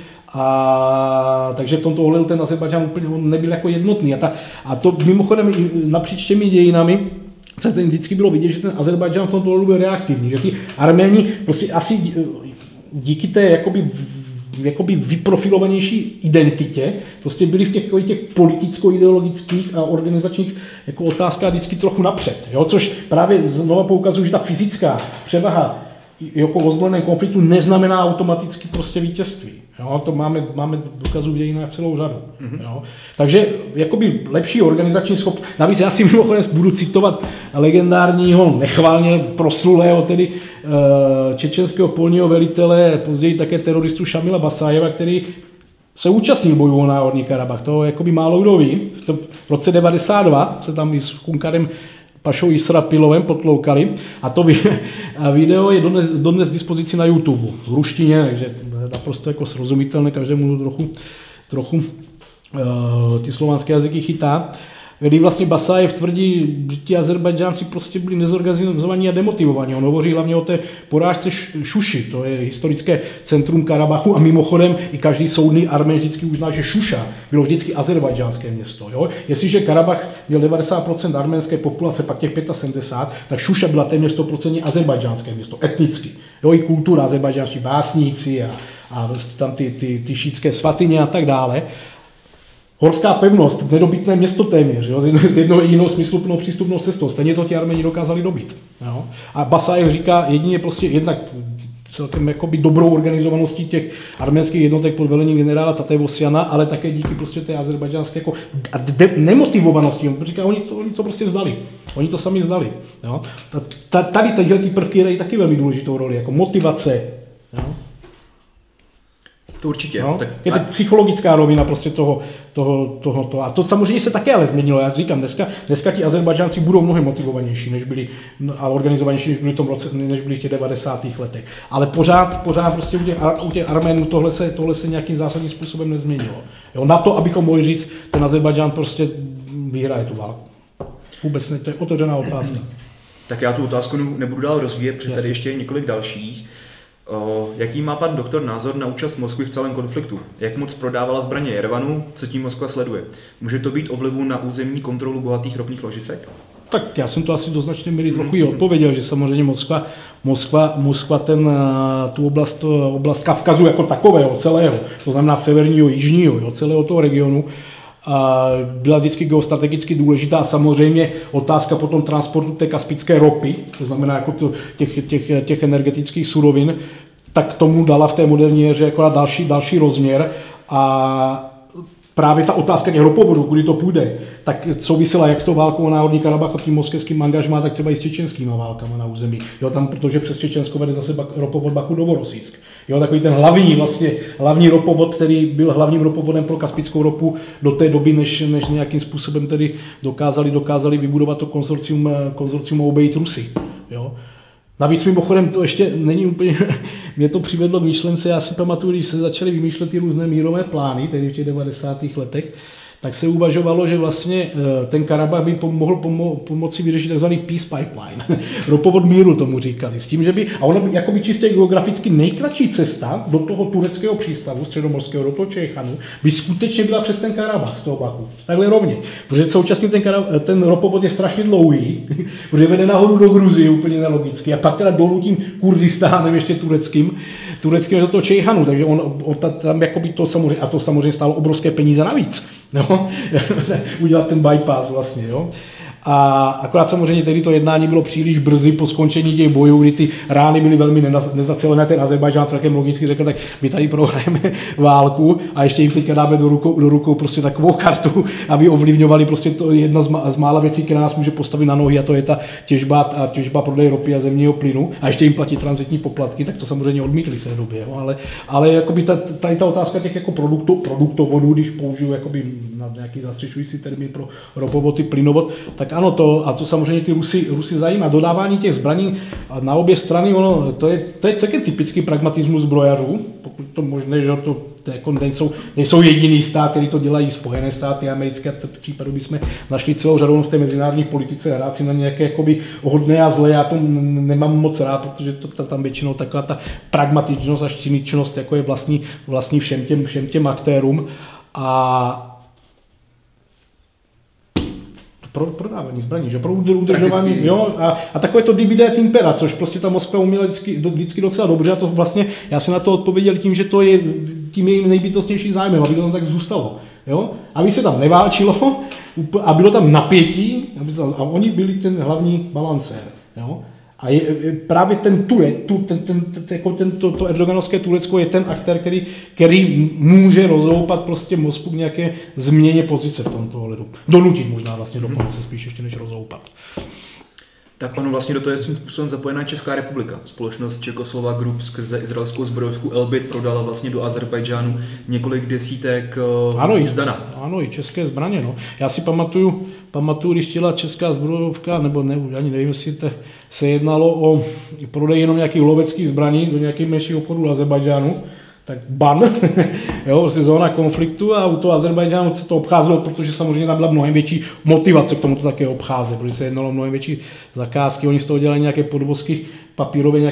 A takže v tomto ohledu ten Azerbajdžán úplně nebyl jako jednotný. A to mimochodem napříč těmi dějinami se vždycky bylo vidět, že ten Azerbajdžán v tomto ohledu byl reaktivní, že ty Arméni prostě asi díky té jakoby vyprofilovanější identitě prostě byli v těch politicko-ideologických a organizačních jako otázkách vždycky trochu napřed. Jo? Což právě znovu poukazuje, že ta fyzická převaha jako v ozbrojeném konfliktu neznamená automaticky prostě vítězství. Jo? To máme důkazů v dějinách celou řadu. Jo? Takže jakoby lepší organizační schopnost. Navíc já si mimochodem budu citovat legendárního, nechválně proslulého, tedy čečenského polního velitele, později také teroristu Šamila Basajeva, který se účastnil bojů o Náhorní Karabach. To jakoby málo kdo ví. V roce 92 se tam i s Kunkarem Pašou Israpilovem potloukali a to video je dodnes dispozici na YouTube v ruštině, takže naprosto jako srozumitelné, každému trochu ty slovanské jazyky chytá. Kdy vlastně Basajev tvrdí, že ti Azerbajdžánci prostě byli nezorganizovaní a demotivovaní. On hovoří hlavně o té porážce Šuši, to je historické centrum Karabachu a mimochodem i každý soudný Armén vždycky uzná, že Šuša bylo vždycky azerbajdžánské město. Jo? Jestliže Karabach měl 90% arménské populace, pak těch 75%, tak Šuša byla téměř 100% azerbajdžánské město, etnicky. Jo? I kultura, azerbajdžánští básníci a tam ty šítské svatyně a tak dále. Horská pevnost, nedobytné město téměř, jo, z jednoho jiného smysluplnou přístupnou cestou. Stejně to ti Arméni dokázali dobít. Jo. A Basajev říká, jedině prostě jednak celkem jakoby dobrou organizovaností těch arménských jednotek pod velením generála Tatevosjana, ale také díky prostě té azerbajdžánské jako nemotivovanosti, protože oni to prostě vzdali. Oni to sami vzdali. Jo? Tady tyhle prvky hrají taky velmi důležitou roli, jako motivace. Jo? To určitě. No, je to psychologická rovina prostě toho. A to samozřejmě se také ale změnilo. Já říkám, dneska ti Azerbajdžánci budou mnohem motivovanější než byli, a organizovanější než byli v tom roce, než byli v těch 90. letech. Ale pořád prostě u těch Arménů tohle se nějakým zásadním způsobem nezměnilo. Jo, na to, abychom mohli říct, ten Azerbajdžán prostě vyhraje tu válku. Vůbec ne, to je otevřená otázka. Tak já tu otázku nebudu dál rozvíjet, protože tady ještě je několik dalších. Jaký má pan doktor názor na účast Moskvy v celém konfliktu? Jak moc prodávala zbraně Jerevanu? Co tím Moskva sleduje? Může to být o vlivu na územní kontrolu bohatých ropných ložisek? Tak já jsem to asi do značné míry trochu i odpověděl, že samozřejmě Moskva tu oblast Kavkazu jako takového, celého, to znamená severního, jižního, celého toho regionu, byla vždycky geostrategicky důležitá a samozřejmě otázka potom transportu té kaspické ropy, to znamená jako těch energetických surovin, tak tomu dala v té moderní éře jako další rozměr a právě ta otázka těch ropovodů, kudy to půjde, tak souvisela jak s tou válkou o Náhorní Karabach a tím moskevským angažmá, tak třeba i s čečenskými válkama na území. Jo, tam, protože přes Čečensko vede zase ropovod Baku-Novorossijsk. Jo, takový ten hlavní ropovod, který byl hlavním ropovodem pro kaspickou ropu do té doby, než nějakým způsobem tedy dokázali vybudovat to konzorcium obejít Rusy. Jo. Navíc mimochodem to ještě není úplně, mě to přivedlo k myšlence, já si pamatuju, když se začaly vymýšlet ty různé mírové plány, tedy v těch 90. letech, tak se uvažovalo, že vlastně ten Karabach by mohl pomoci vyřešit tzv. Peace Pipeline, ropovod míru tomu říkali, s tím, že by, a ona by jakoby čistě geograficky nejkratší cesta do toho tureckého přístavu, středomorského, do toho Čejchanu, by skutečně byla přes ten Karabach z toho Baku, takhle rovně, protože současně ten ropovod je strašně dlouhý, protože vede nahoru do Gruzie, úplně nelogicky, a pak teda dolů tím Kurdistánem ještě tureckým do toho Čejchanu, takže on tam jakoby to samozřejmě stálo obrovské peníze navíc. No, udělat ten bypass vlastně, jo. A akorát samozřejmě tedy to jednání bylo příliš brzy po skončení těch bojů, kdy ty rány byly velmi nezacelené, ten Azerbajdžán celkem logicky řekl, tak my tady prohrajeme válku a ještě jim teďka dáme do rukou prostě takovou kartu, aby ovlivňovali prostě to jedna z mála věcí, která nás může postavit na nohy, a to je ta těžba prodej ropy a zemního plynu, a ještě jim platí tranzitní poplatky, tak to samozřejmě odmítli v té době, jo. Ale jakoby tady ta otázka těch jako produktovodů, když použiju jakoby na nějaký zastřešující termín pro ropovod i plynovod, tak ano, to samozřejmě ty Rusy zajímá. Dodávání těch zbraní na obě strany, to je celkem typický pragmatismus zbrojařů, pokud to možné, že to jako nejsou jediný stát, který to dělají, Spojené státy americké, v případu bychom našli celou řadu v té mezinárodní politice hrát si na nějaké jakoby hodné a zlé, já to nemám moc rád, protože to tam většinou taková ta pragmatičnost a cyničnost jako je vlastní všem těm aktérům. A prodávání zbraní, že pro udržování, jo, a takové to divide et impera, což prostě ta Moskva uměla vždycky docela dobře, a to vlastně, já jsem na to odpověděl tím, že to je tím jejím nejbytostnějším zájmem, aby to tam tak zůstalo, jo, aby se tam neválčilo a bylo tam napětí, a oni byli ten hlavní balancér, jo. A právě to erdoganovské Turecko je ten aktér, který může rozhoupat prostě Moskvu k nějaké změně pozice v tomto ohledu. Donutit možná vlastně dokonce, spíš ještě než rozhoupat. Tak ono vlastně do toho je svým způsobem zapojená Česká republika. Společnost Czechoslovak Group skrze izraelskou zbrojovku Elbit prodala vlastně do Azerbajdžánu několik desítek zdana. Ano, i české zbraně. No. Já si pamatuju, když chtěla česká zbrojovka, nebo ne, ani nevím, jestli se jednalo o prodej jenom nějakých loveckých zbraní do nějakých menších obchodů Azerbajdžánu, tak ban, jo, prostě zóna konfliktu, a u toho Azerbajdžánu se to obcházelo, protože samozřejmě tam byla mnohem větší motivace k tomu to také obcházet, protože se jednalo o mnohem větší zakázky, oni z toho dělali nějaké podvozky, papírové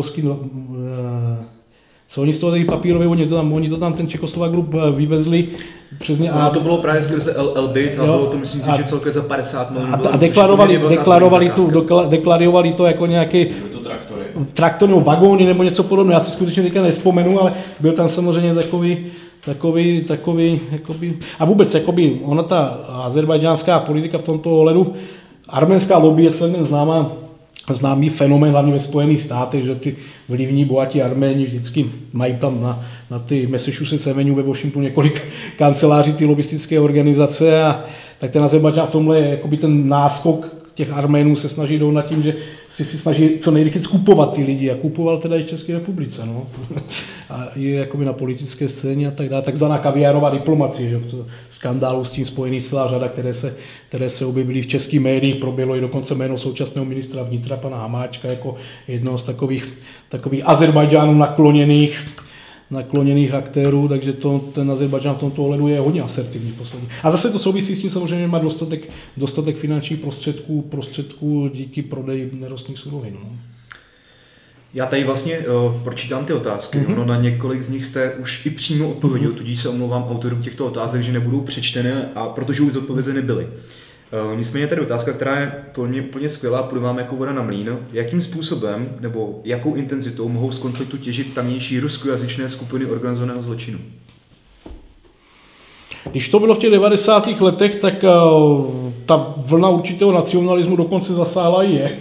co oni z toho papírové, oni to tam ten Czechoslovak Group vyvezli přes ně. A to bylo právě skrze Elbit a bylo to, myslím si, že celkem za 50 milionů. A deklarovali to jako nějaké traktory nebo vagóny nebo něco podobného. Já si skutečně teďka nespomenu, ale byl tam samozřejmě takový jakoby, a vůbec jakoby, ona ta azerbajdžánská politika v tomto ohledu, arménská lobby je celkem známá známý fenomén hlavně ve Spojených státech, že ty vlivní bohatí Arméni vždycky mají tam na ty Massachusetts Avenue ve Washingtonu několik kanceláří ty lobistické organizace a tak ten Azerbajdžán v tomhle je jakoby ten náskok těch Arménů se snaží jdou nad tím, že si snaží co nejrychleji skupovat ty lidi a kupoval teda i v České republice. No. A je jakoby na politické scéně a tak dále. Takzvaná kaviárová diplomacie, že skandálů s tím spojený celá řada, které se objevily v českých médiích, proběhlo i dokonce jméno současného ministra vnitra pana Hamáčka jako jednoho z takových Azerbajdžánů nakloněných aktérů, takže ten Azerbajdžán v tomto ohledu je hodně asertivní poslední. A zase to souvisí s tím samozřejmě, že má dostatek finančních prostředků díky prodeji nerostných surovin. No. Já tady vlastně pročítám ty otázky, ono na několik z nich jste už i přímo odpověděl, tudíž se omlouvám autorům těchto otázek, že nebudou přečteny, a protože už zodpovězeny byly. Nicméně tady otázka, která je plně skvělá, půjde vám jako voda na mlýn. Jakým způsobem nebo jakou intenzitou mohou z konfliktu těžit tamnější ruskojazyčné skupiny organizovaného zločinu? Když to bylo v těch 90. letech, tak ta vlna určitého nacionalismu dokonce zasáhla i je.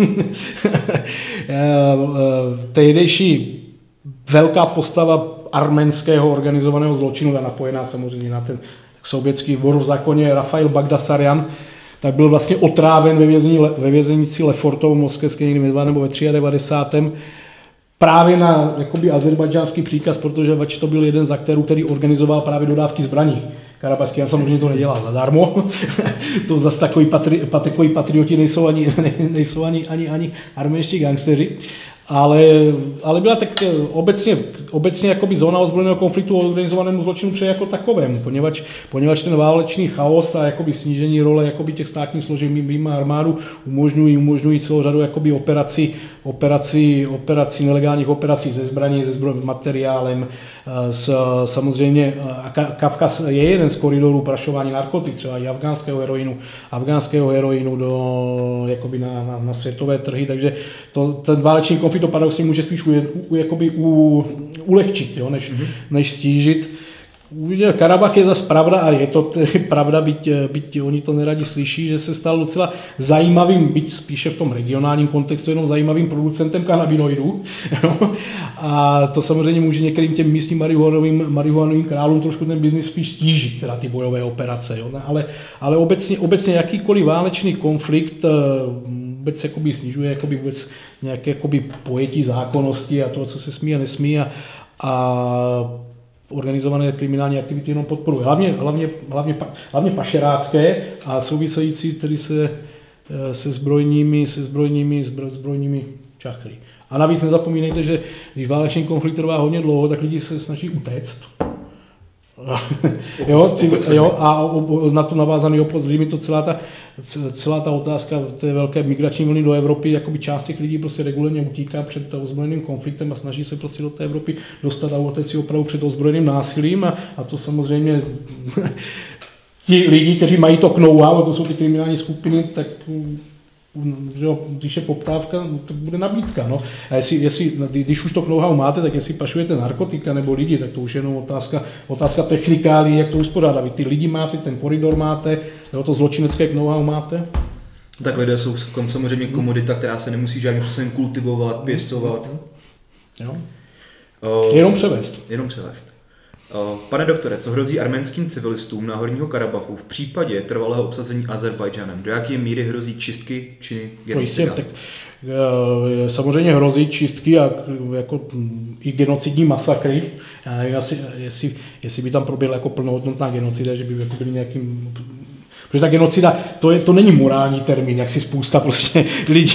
Tehdejší velká postava arménského organizovaného zločinu, napojená samozřejmě na ten sovětský vor v zákoně, Rafail Bagdasarjan, tak byl vlastně otráven ve vězenici Lefortovo v moskevské někdy nebo ve 93. Právě na jakoby azerbajdžánský příkaz, protože to byl jeden z aktérů, který organizoval právě dodávky zbraní. Karabachský Jan samozřejmě to nedělá zadarmo. To zase takový patrioti nejsou ani arménští gangsteři. Ale byla tak obecně jakoby zóna ozbrojeného konfliktu organizovanému zločinu přeje jako takovému, poněvadž ten válečný chaos a jakoby snížení role jakoby těch státních složek mimo armádu umožňují celou řadu jakoby operací, nelegálních operací se zbraní, se zbrojním materiálem. Samozřejmě Kavkaz je jeden z koridorů prašování narkotik, třeba i afgánského heroinu jakoby na světové trhy, takže ten válečný konflikt to paradoxně může spíš ulehčit, jo, než stížit. Karabach je zase pravda, a je to tedy pravda, byť oni to neradi slyší, že se stal docela zajímavým, byť spíše v tom regionálním kontextu, jenom zajímavým producentem kanabinoidů. A to samozřejmě může některým těm místním marihuanovým králům trošku ten biznis spíš stížit, teda ty bojové operace. Jo. Ale obecně jakýkoliv válečný konflikt vůbec jakoby snižuje jakoby vůbec nějaké jakoby pojetí zákonnosti a toho, co se smí a nesmí, a organizované kriminální aktivity jenom podporuje. Hlavně pašerácké a související tedy se zbrojními čachry. A navíc nezapomínejte, že když válečný konflikt trvá hodně dlouho, tak lidi se snaží utéct. A na to navázaný opozdřejmě to celá ta otázka té velké migrační vlny do Evropy, jakoby část těch lidí prostě regulérně utíká před ozbrojeným konfliktem a snaží se prostě do té Evropy dostat a utéct si opravdu před ozbrojeným násilím, a to samozřejmě ti lidi, kteří mají to know-how, to jsou ty kriminální skupiny, tak když je poptávka, to bude nabídka. No. A když už to know-how máte, tak jestli pašujete narkotika nebo lidi, tak to už je jenom otázka technikálí, jak to uspořádat. Vy ty lidi máte, ten koridor máte, to zločinecké know-how máte. Tak lidé jsou samozřejmě komodita, která se nemusí žádným způsobem kultivovat, pěstovat. Jo. Jenom převést. Pane doktore, co hrozí arménským civilistům na Horního Karabachu v případě trvalého obsazení Azerbajdžánem? Do jaké míry hrozí čistky či genocida? Samozřejmě hrozí čistky a jako i genocidní masakry. Já nevím, jestli by tam proběhla jako plnohodnotná genocida, že by jako byli nějakým... Protože ta genocida, to není morální termín, jak si spousta prostě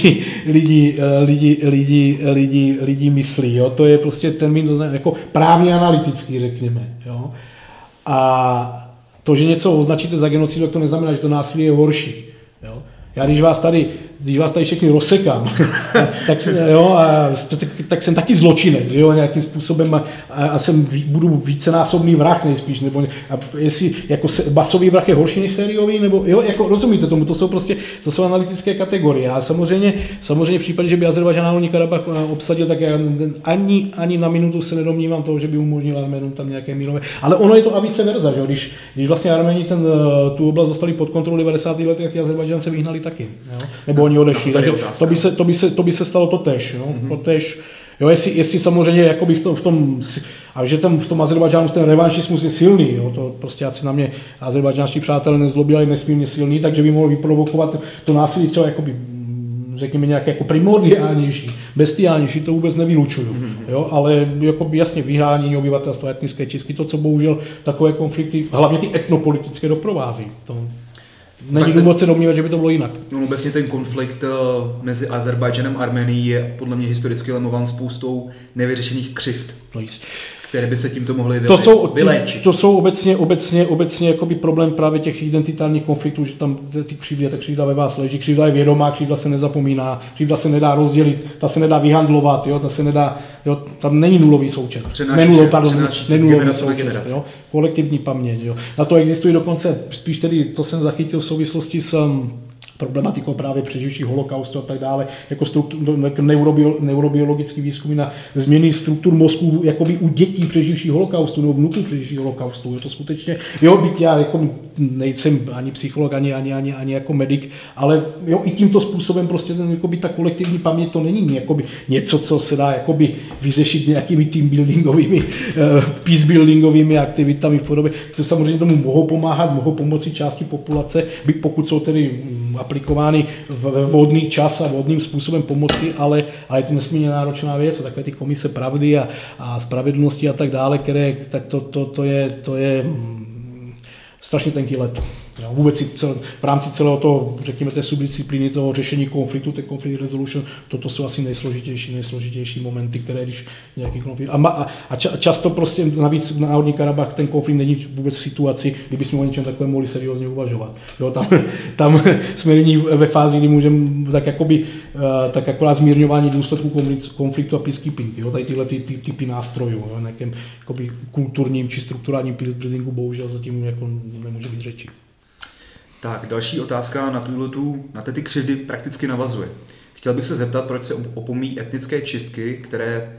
lidí myslí. Jo? To je prostě termín jako právně analytický, řekněme. Jo? A to, že něco označíte za genocidu, to neznamená, že to násilí je horší. Jo? Já když vás tady všechny rozsekám, tak jsem taky zločinec, jo, nějakým způsobem a budu vícenásobný vrah nejspíš, nebo jestli jako basový vrah je horší než sériový, nebo jo, jako rozumíte tomu, to jsou analytické kategorie. A samozřejmě v případě, že by Azerbajdžán Náhorní Karabach obsadil, tak já ani na minutu se nedomnívám toho, že by umožnil Arménům tam nějaké mírové. Ale ono je to a vice versa, že když vlastně Arméni tu oblast dostali pod kontrolu v 90. letech, ty Azerbajdžánce vyhnali taky, jo? Nebo oni odešli, takže to by se stalo totéž, jo? Totéž. Jo, jestli samozřejmě jakoby v tom a že tam v tom Azerbajdžánu ten revanšismus je silný, jo, to prostě asi na mě azerbajdžánští přátelé nezlobí, ale nesmírně silný, takže by mohl vyprovokovat to násilí třeba jakoby, řekněme nějaké jako primordiálnější, bestiálnější, to vůbec nevylučuju, jo, ale jakoby jasně vyhánění obyvatelstva, etnické čistky, to, co bohužel takové konflikty, hlavně ty etnopolitické doprovází. To není důvod se domnívat, že by to bylo jinak. No, obecně ten konflikt mezi Azerbajdžanem a Arménií je podle mě historicky lemován spoustou nevyřešených křivd, které by se tímto mohly vyléčit. To jsou obecně jakoby problém právě těch identitárních konfliktů, že tam ty křivdy, ta křivda ve vás leží, křivda je vědomá, křivda se nezapomíná, křivda se nedá rozdělit, ta se nedá vyhandlovat, jo, ta se nedá, jo, tam není nulový součet. Nenulový součet, jo, kolektivní paměť, jo. Na to existují dokonce, spíš tedy, to jsem zachytil v souvislosti s problematikou právě přeživších holokaustu a tak dále, jako neurobiologický výzkum na změny struktur mozku jakoby u dětí přeživších holokaustu nebo vnuků přeživších holokaustu. Je to skutečně, jo, byť já jako nejsem ani psycholog, ani jako medic, ale jo, i tímto způsobem prostě ten, jakoby, ta kolektivní paměť to není jakoby něco, co se dá jakoby vyřešit nějakými team buildingovými, peace buildingovými aktivitami v podobě. To samozřejmě tomu mohou pomáhat, mohou pomoci části populace, pokud jsou tedy aplikovány v vhodný čas a vhodným způsobem pomoci, ale je to nesmírně náročná věc, takové ty komise pravdy a spravedlnosti a tak dále, které, tak to je strašně tenký led. Jo, vůbec v rámci celého toho, řekněme, té subdisciplíny toho řešení konfliktu, té conflict resolution, toto jsou asi nejsložitější momenty, které když nějaký konflikt. A často prostě navíc na Náhorní Karabach ten konflikt není vůbec v situaci, kdyby jsme o něčem takovém mohli seriózně uvažovat. Jo, tam jsme nyní ve fázi, kdy můžeme tak akorát zmírňování důsledků konfliktu a peacekeeping. Jo, tady tyhle typy nástrojů, jo, nějakém kulturním či strukturálním buildingu bohužel zatím jako nemůže být řeči. Tak, další otázka na ty křivdy prakticky navazuje. Chtěl bych se zeptat, proč se opomíjí etnické čistky, které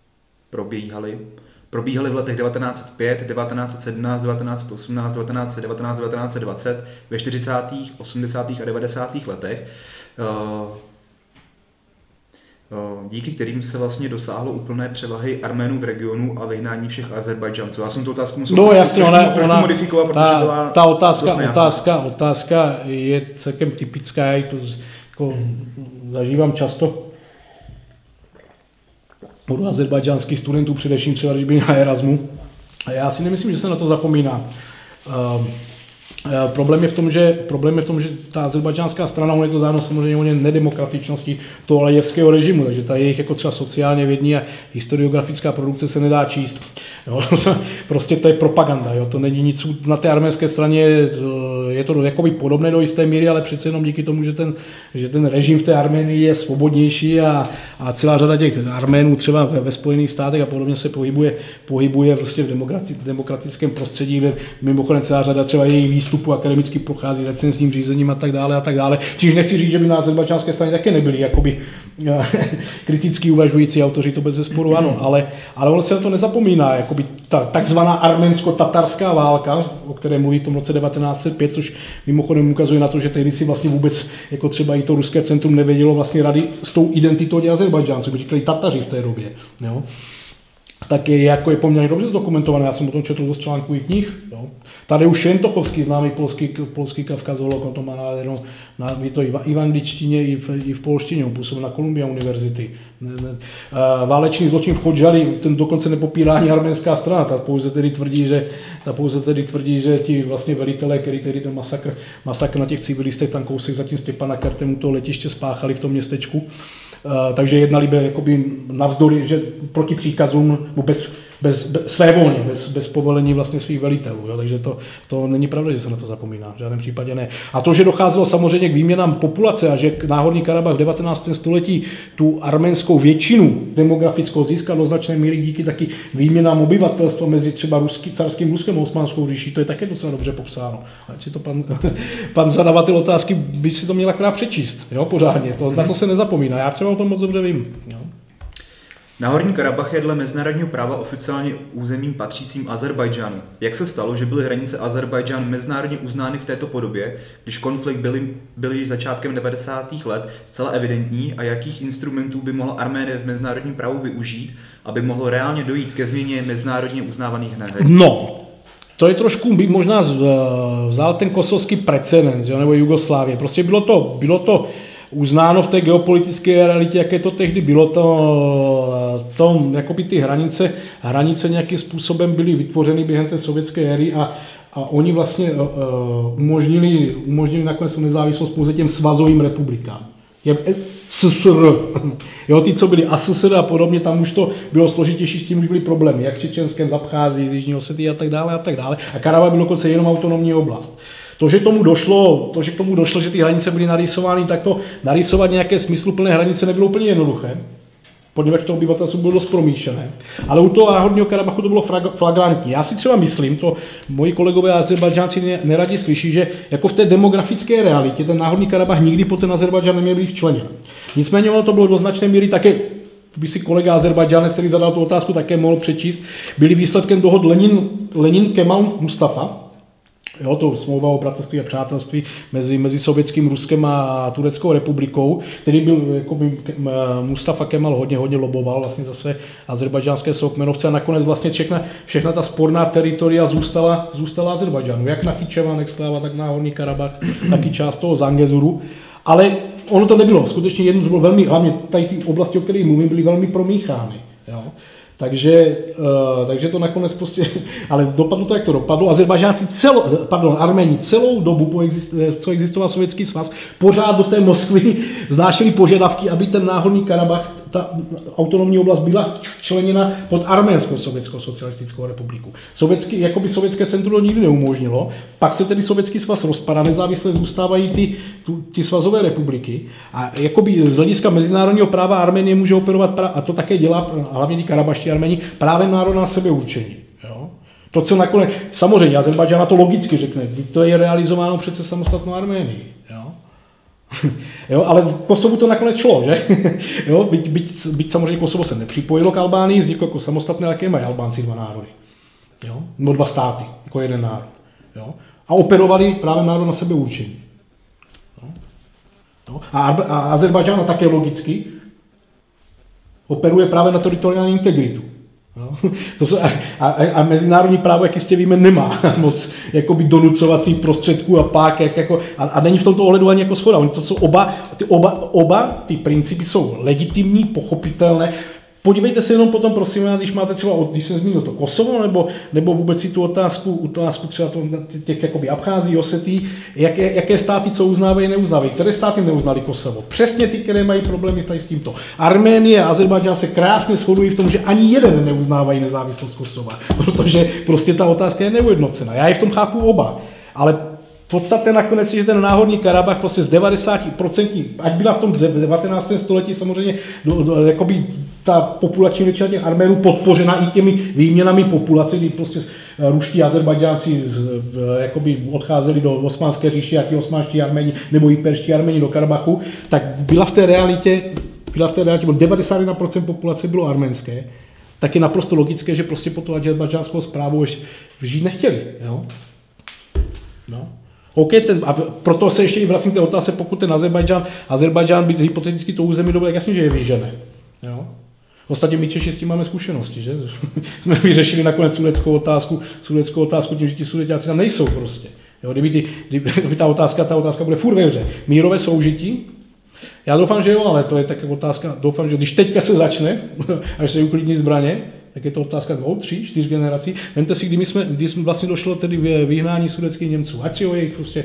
probíhaly v letech 1905, 1917, 1918, 1919, 1920, ve 40., 80. a 90. letech, díky kterým se vlastně dosáhlo úplné převahy Arménů v regionu a vyhnání všech Azerbajdžanců. Já jsem tu otázku musel trošku modifikovat, protože byla otázka je celkem typická, já ji jako zažívám často od azerbajdžánských studentů, především třeba, když byli na Erasmu. A já si nemyslím, že se na to zapomíná. Problém je v tom, že ta azerbajdžánská strana, on je to dáno samozřejmě o nedemokratičnosti toho alajevského režimu, takže ta jejich jako třeba sociálně vědní a historiografická produkce se nedá číst. Jo, prostě to je propaganda, jo, to není nic na té arménské straně, je to jakoby podobné do jisté míry, ale přece jenom díky tomu, že ten režim v té Arménii je svobodnější a celá řada těch Arménů třeba ve Spojených státech a podobně se pohybuje prostě v demokratickém prostředí, kde mimochodem celá řada třeba jejich výstupu akademicky prochází recenzním řízením a tak dále. Čiže nechci říct, že by na azerbajdžánské straně také nebyli jakoby kriticky uvažující autoři, to bez zesporu ano, ale ono se na to nezapomíná, jakoby ta takzvaná arménsko-tatarská válka, o které mluví v tom roce 1905, což mimochodem ukazuje na to, že tehdy si vlastně vůbec, jako třeba i to ruské centrum nevědělo vlastně rady s tou identitou Azerbajdžánců, by říkali Tataři v té době, jo. Tak je poměrně dobře zdokumentované, já jsem o tom četl dost článků i knih. Jo. Tady už Šentochovský, známý polský kavkazolog, on to má je to i v angličtině, i v polštině, on působil na Columbia University. Válečný zločin v Chodžali, ten dokonce nepopírání arménská strana, ta pouze tedy tvrdí, že ti vlastně velitelé, který tedy ten masakr na těch civilistech, tam kousek zatím Stěpana Kertemu toho letiště spáchali v tom městečku. Takže jednali by jakoby navzdory, že proti příkazům bez své volně, bez povolení vlastně svých velitelů. Jo? Takže to není pravda, že se na to zapomíná, v žádném případě ne. A to, že docházelo samozřejmě k výměnám populace a že Náhorní Karabach v 19. století tu arménskou většinu demografickou získal do značné míry díky taky výměnám obyvatelstva mezi třeba carským Ruskem a Osmanskou říší, to je také docela dobře popsáno. Ať si to pan zadavatel otázky by si to měl akorát přečíst, jo, pořádně, na to se nezapomíná. Já třeba o tom moc dobře vím. Jo. Náhorní Karabach je dle mezinárodního práva oficiálně územím patřícím Azerbajdžánu. Jak se stalo, že byly hranice Azerbajdžánu mezinárodně uznány v této podobě, když konflikt byl již začátkem 90. let zcela evidentní a jakých instrumentů by mohla Arménie v mezinárodním právu využít, aby mohlo reálně dojít ke změně mezinárodně uznávaných hranic? No, to je trošku, bych možná vzal ten kosovský precedens, nebo Jugoslávie. Prostě bylo to uznáno v té geopolitické realitě, jaké to tehdy bylo, jakoby ty hranice nějakým způsobem byly vytvořeny během té sovětské éry a oni vlastně umožnili nakonec nezávislost pouze těm svazovým republikám. SSR. Jo, ty, co byli ASSR a podobně, tam už to bylo složitější, s tím už byly problémy, jak s Čečenskem, z Abcházii, z Jižní Osety a tak dále. A Karabach byl dokonce jenom autonomní oblast. To, že k tomu došlo, že ty hranice byly narýsovány, tak to narýsovat nějaké smysluplné hranice nebylo úplně jednoduché, poněvadž to obyvatelstvo bylo dost promíšené. Ale u toho Náhorního Karabachu to bylo flagrantní. Já si třeba myslím, to moji kolegové Azerbajdžánci neradi slyší, že jako v té demografické realitě ten Náhorní Karabach nikdy po ten Azerbajdžán neměl být včleněn. Nicméně ono to bylo do značné míry také, by si kolega Azerbajdžánec, který zadal tu otázku, také mohl přečíst, byly výsledkem dohod Lenin-Kemal-Mustafa, jo, to smlouva o bratrství a přátelství mezi sovětským Ruskem a Tureckou republikou, který byl, jako by Mustafa Kemal hodně loboval vlastně za své azerbajdžánské soukmenovce a nakonec vlastně všechna ta sporná teritoria zůstala Azerbajdžánu, jak Nachyčevan, exkláva, tak Náhorní Karabach, taky část toho Zangezuru. Ale ono to nebylo, skutečně jedno, to bylo velmi, hlavně tady ty oblasti, o kterých mluvím, byly velmi promíchány. Jo. Takže to nakonec prostě, ale dopadlo to, jak to dopadlo. Azerbajdžánci Arméni celou dobu, co existoval Sovětský svaz, pořád do té Moskvy vznášeli požadavky, aby ten Náhorní Karabach, ta autonomní oblast, byla členěna pod Arménskou sovětskou socialistickou republiku. Sovětské centrum to nikdy neumožnilo, pak se tedy Sovětský svaz rozpadá, nezávisle zůstávají ty svazové republiky a jakoby z hlediska mezinárodního práva Arménie může operovat, a to také dělá hlavně ti karabaští Arméni, právem národa na sebeurčení. Jo? To, co nakonec, samozřejmě Azerbajdžán na to logicky řekne, to je realizováno přece samostatnou Arménii. Jo, ale v Kosovu to nakonec šlo, že? Jo, byť samozřejmě Kosovo se nepřipojilo k Albánii, vzniklo jako samostatné, jaké mají Albánci dva národy. Jo? Nebo dva státy, jako jeden národ. Jo? A operovali právě národ na sebeurčení. Jo? A Azerbajdžán také logicky operuje právě na teritoriální integritu. No, a mezinárodní právo, jak jistě víme, nemá moc jakoby donucovacích prostředků a pák, a není v tomto ohledu ani jako shoda. To, co oba ty principy jsou legitimní, pochopitelné. Podívejte se jenom potom, prosím, když máte třeba, když jsem zmínil to Kosovo, nebo vůbec si tu otázku třeba těch jakoby Abchází, Osetí, jaké státy co uznávají, neuznávají. Které státy neuznali Kosovo? Přesně ty, které mají problémy s tímto. Arménie a Azerbajdžán se krásně shodují v tom, že ani jeden neuznávají nezávislost Kosova, protože prostě ta otázka je neujednocená. Já je v tom chápu oba, ale podstatné nakonec je, že ten Náhorní Karabach prostě z 90%, ať byla v tom 19. století samozřejmě jakoby ta populační většina těch Arménů podpořena i těmi výměnami populace, kdy prostě ruští Azerbajdžánci jakoby odcházeli do Osmanské říše, jak i osmanští Arméni nebo i perští Arméni do Karabachu, tak byla v té realitě 91% populace bylo arménské, tak je naprosto logické, že prostě po tu azerbajdžánskou správu žít nechtěli. Jo? No. OK, a proto se ještě i vracím k té otázce, pokud ten Azerbajdžán by hypoteticky to území dobil, jasně, že je vyžené. Jo? Ostatně my Češi s tím máme zkušenosti, že? Jsme vyřešili nakonec sudetskou otázku tím, že ti Sudeťáci tam nejsou prostě. Jo? Kdyby ta otázka bude furt ve hře. Mírové soužití? Já doufám, že jo, ale to je také otázka, doufám, že když teďka se začne, až se uklidní zbraně, tak je to otázka 2, 3, 4 generací. Vemte si, kdy jsme vlastně došlo tedy vyhnání sudetských Němců. Ať si o jejich prostě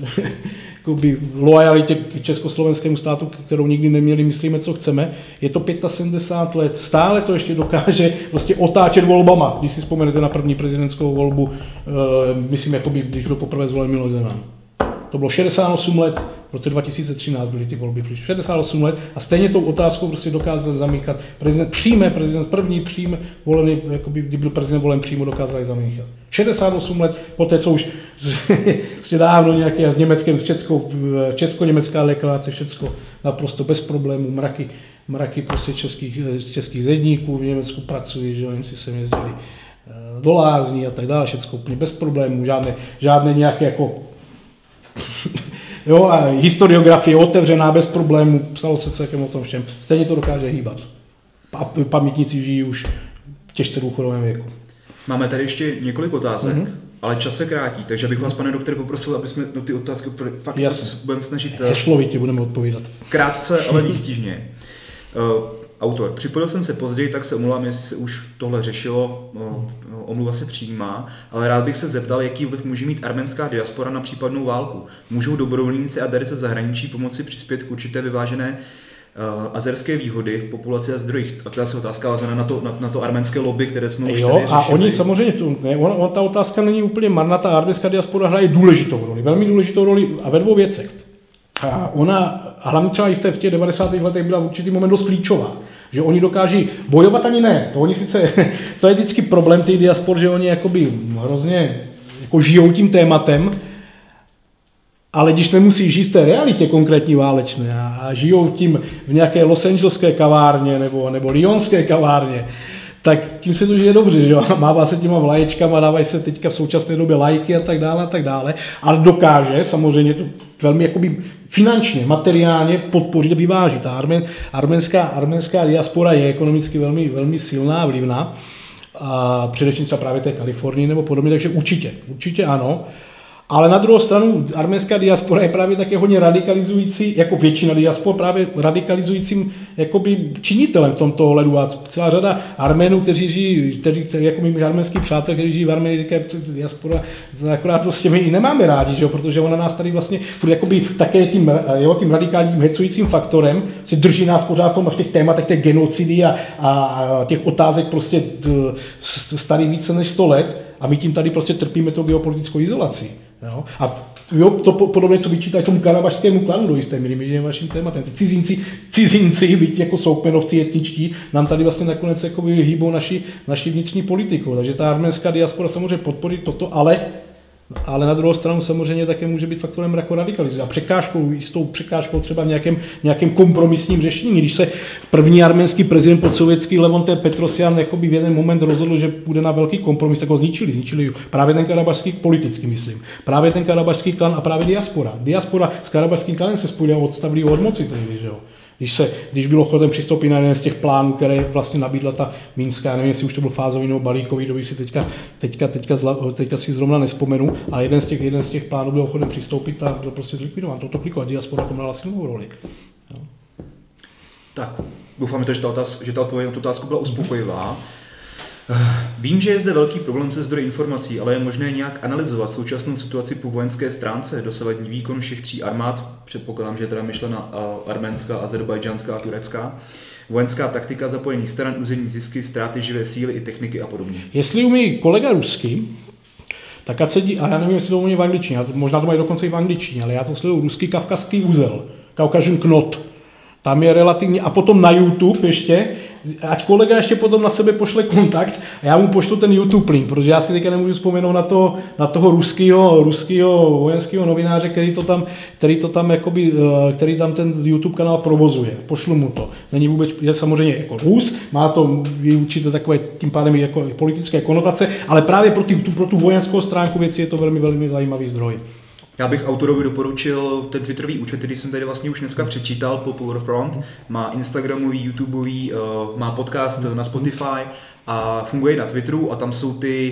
loajalitě k československému státu, kterou nikdy neměli, myslíme, co chceme. Je to 75 let. Stále to ještě dokáže prostě otáčet volbama. Když si vzpomenete na první prezidentskou volbu, myslím, jakoby, když byl poprvé zvolen Miloš Zeman. To bylo 68 let, v roce 2013 byly ty volby, 68 let a stejně tou otázkou prostě dokázali zamíchat. První přímé volený, jakoby, kdy byl prezident volen přímo, dokázali zamíchat. 68 let, poté co už dávno nějaké s Německem, česko-německá deklarace, všecko naprosto bez problémů, mraky mraky prostě českých zedníků v Německu pracují, že Němci sem jezdili do lázní a tak dále, všechno úplně bez problémů, žádné nějaké jako jo, a historiografie otevřená bez problémů, psalo se celkem o tom všem, stejně to dokáže hýbat. A pamětníci žijí už v těžce důchodovém věku. Máme tady ještě několik otázek, ale čas se krátí, takže bych vás, pane doktore, poprosil, aby jsme ty otázky fakt budeme snažit heslovitě budeme odpovídat. Krátce, ale výstižně. Autor. Připojil jsem se později, tak se omlouvám, jestli se už tohle řešilo, omluva se přijímá, ale rád bych se zeptal, jaký vliv může mít arménská diaspora na případnou válku. Můžou dobrovolníci a dary ze zahraničí pomoci přispět k určité vyvážené azerské výhody v populaci a zdrojích? A to je asi otázka vázaná na to arménské lobby, které jsme už tady řešili. A oni samozřejmě, ta otázka není úplně marná, ta arménská diaspora hraje důležitou roli, velmi důležitou roli a ve dvou věcech. A ona, hlavně třeba i v těch 90. letech byla v určitý moment dost klíčová, že oni dokáží bojovat ani ne. To je vždycky problém té diaspor, že oni jakoby hrozně jako žijou tím tématem, ale když nemusí žít v té realitě konkrétní válečné a žijou tím v nějaké Los Angeleské kavárně nebo lyonské kavárně, tak tím se to žije dobře, že jo? Mává se těma vlaječkama, dávají se teďka v současné době lajky a tak dále, ale dokáže samozřejmě to velmi jakoby finančně, materiálně podpořit a vyvážit. Ta arménská diaspora je ekonomicky velmi, velmi silná a vlivná, a především třeba právě té Kalifornii nebo podobně, takže určitě ano. Ale na druhou stranu arménská diaspora je právě také hodně radikalizující, jako většina diaspor, právě radikalizujícím jakoby činitelem v tomto ohledu. A celá řada Arménů, kteří žijí, jako mými arménský přátel, kteří žijí v Arménii, diaspora, akorát prostě my i nemáme rádi, že jo, protože ona nás tady vlastně jakoby také tím radikálním hecujícím faktorem se drží nás pořád v těch tématech té genocidy a těch otázek prostě starý více než 100 let a my tím tady prostě trpíme tou geopolitickou izolací. Jo? A to podobně, co vyčítají tomu karabašskému klanu do jisté míry, my žijeme vaším tématem. Ty cizinci, byť jako soukmenovci etničtí, nám tady vlastně nakonec jako hýbou naší vnitřní politikou. Takže ta arménská diaspora samozřejmě podpoří toto, ale na druhou stranu samozřejmě také může být faktorem jako radikalizace. A jistou překážkou třeba nějakém kompromisním řešení. Když se první arménský prezident podsovětský Levon Petrosjan jakoby v jeden moment rozhodl, že půjde na velký kompromis, tak ho zničili právě ten karabašský, politicky myslím, právě ten karabašský klan a právě diaspora. Diaspora s karabašským klanem se spojili a odstavili od moci tehdy, že jo. Když bylo ochoten přistoupit na jeden z těch plánů, které vlastně nabídla ta Mínská, nevím, jestli už to byl fázový nebo balíkový, to bych si teďka si zrovna nespomenu, ale jeden z těch plánů byl ochoten přistoupit a byl prostě zlikvidován. Toto kliko a diaspora to měla silnou roli. No. Tak, doufám, že ta odpověď na tu otázku byla uspokojivá. Vím, že je zde velký problém se zdroji informací, ale je možné nějak analyzovat současnou situaci po vojenské stránce, dosavadní výkon všech tří armád, předpokládám, že je teda myšlena arménská, azerbajdžánská a turecká, vojenská taktika zapojených stran, územní zisky, ztráty živé síly i techniky a podobně. Jestli umí kolega rusky, tak ať sedí, a já nevím, jestli to umí v angličtině, možná to mají dokonce i v angličtině, ale já to sleduju ruský kavkazský úzel, Caucasian Knot. Tam je relativně, a potom na YouTube ještě, ať kolega ještě potom na sebe pošle kontakt a já mu pošlu ten YouTube link, protože já si teďka nemůžu vzpomenout na toho ruského vojenského novináře, který tam ten YouTube kanál provozuje. Pošlu mu to. Není vůbec, je samozřejmě jako Rus, má to určitě takové tím pádem jako politické konotace, ale právě pro tu vojenskou stránku věci je to velmi, velmi zajímavý zdroj. Já bych autorovi doporučil ten twitterový účet, který jsem tady vlastně už dneska přečítal, Popular Front, má instagramový, youtubeový, má podcast na Spotify a funguje na Twitteru a tam jsou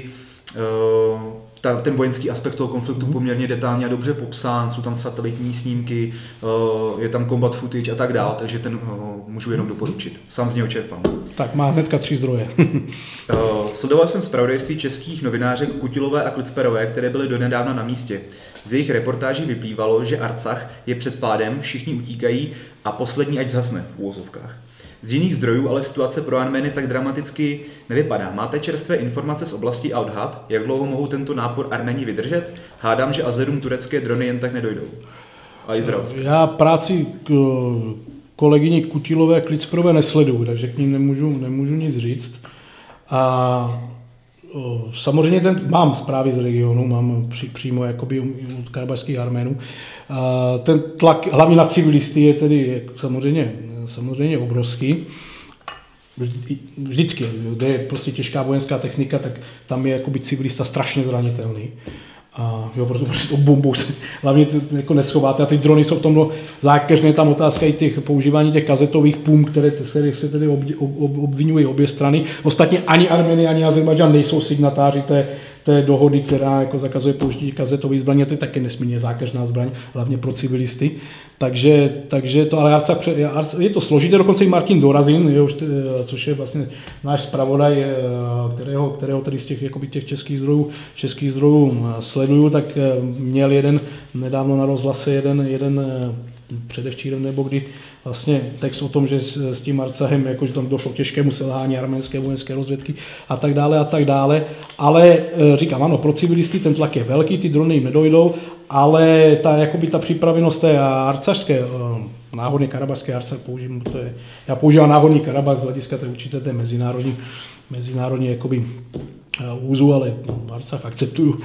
ten vojenský aspekt toho konfliktu poměrně detailně a dobře popsán, jsou tam satelitní snímky, je tam combat footage a tak dále, takže ten můžu jenom doporučit. Sám z něho čerpám. Tak má hnedka 3 zdroje. Sledoval jsem zpravodajství českých novinářek Kutilové a Klicperové, které byly donedávna na místě. Z jejich reportáží vyplývalo, že Arcach je před pádem, všichni utíkají a poslední ať zhasne v úvozovkách. Z jiných zdrojů ale situace pro Armény tak dramaticky nevypadá. Máte čerstvé informace z oblasti a odhad, jak dlouho mohou tento nápor Arméni vydržet? Hádám, že Azerům turecké drony jen tak nedojdou. A izraelské. Já práci kolegyni Kutilové a Klicperové nesleduju, takže k ním nemůžu nic říct. A samozřejmě mám zprávy z regionu, mám přímo jakoby od karabašských Arménů. Ten tlak hlavně na civilisty je tedy samozřejmě obrovský. Vždycky, kde je prostě těžká vojenská technika, tak tam je jakoby civilista strašně zranitelný. A jo, protože bombou se hlavně jako neschováte. A ty drony jsou v tom zákeřné, tam otázka i těch používání těch kazetových pum, kterých se tedy obvinují obě strany. Ostatně ani Arménie, ani Azerbajdžán nejsou signatáři té dohody, která jako zakazuje použití kazetových zbraní. To je také nesmírně zákeřná zbraň, hlavně pro civilisty. Takže to, ale je to složité, dokonce i Martin Dorazin, což je vlastně náš zpravodaj, kterého tady z těch, jakoby těch českých zdrojů sleduju, tak měl nedávno na rozhlase jeden předevčírem nebo kdy vlastně text o tom, že s tím Arcahem, jakože tam došlo k těžkému selhání arménské vojenské rozvědky a tak dále. Ale říkám, ano, pro civilisty ten tlak je velký, ty drony jim nedojdou, ale ta připravenost té arcařské, náhodně karabachské arcař já používám náhodný Karabach z hlediska té mezinárodní jakoby úzu, ale Arcach akceptuju.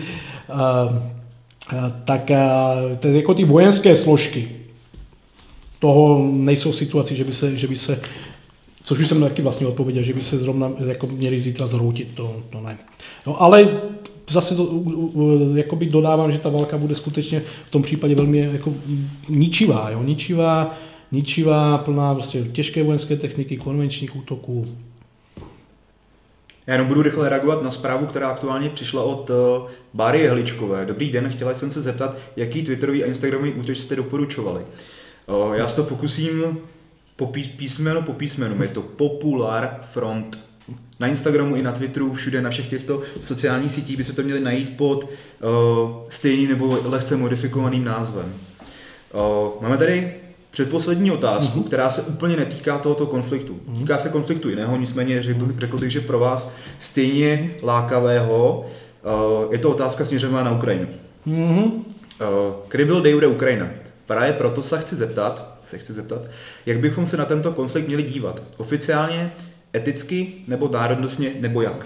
Tak jako ty vojenské složky toho nejsou v situaci, že by se, což už jsem taky vlastně odpověděl, že by se zrovna jako měli zítra zhroutit, to ne. No, ale zase jakoby dodávám, že ta válka bude skutečně v tom případě velmi jako ničivá, ničivá, plná vlastně těžké vojenské techniky, konvenčních útoků. Já jenom budu rychle reagovat na zprávu, která aktuálně přišla od Báry Jehličkové. Dobrý den, chtěla jsem se zeptat, jaký twitterový a instagramový útoč jste doporučovali. Já se to pokusím písmeno po písmenu. Je to Popular Front. Na Instagramu i na Twitteru, všude na všech těchto sociálních sítích by se to měli najít pod stejným nebo lehce modifikovaným názvem. Máme tady předposlední otázku, která se úplně netýká tohoto konfliktu. Týká se konfliktu jiného, nicméně řekl bych, že pro vás stejně lákavého. Je to otázka směřovaná na Ukrajinu. Kdy byl de jure Ukrajina? Právě proto se chci zeptat, jak bychom se na tento konflikt měli dívat. Oficiálně, eticky, nebo národnostně, nebo jak?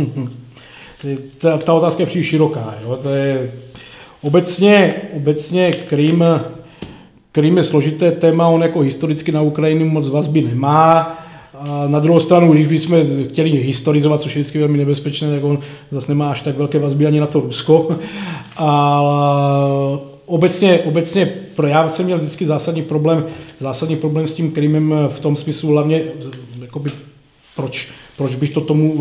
Ta otázka je příliš široká. Jo? To je obecně Krym je složité téma, on jako historicky na Ukrajinu moc vazby nemá. A na druhou stranu, když bychom chtěli historizovat, což je vždycky velmi nebezpečné, tak on zase nemá až tak velké vazby ani na to Rusko. A obecně já jsem měl vždycky zásadní problém s tím Krymem v tom smyslu hlavně, jakoby, proč bych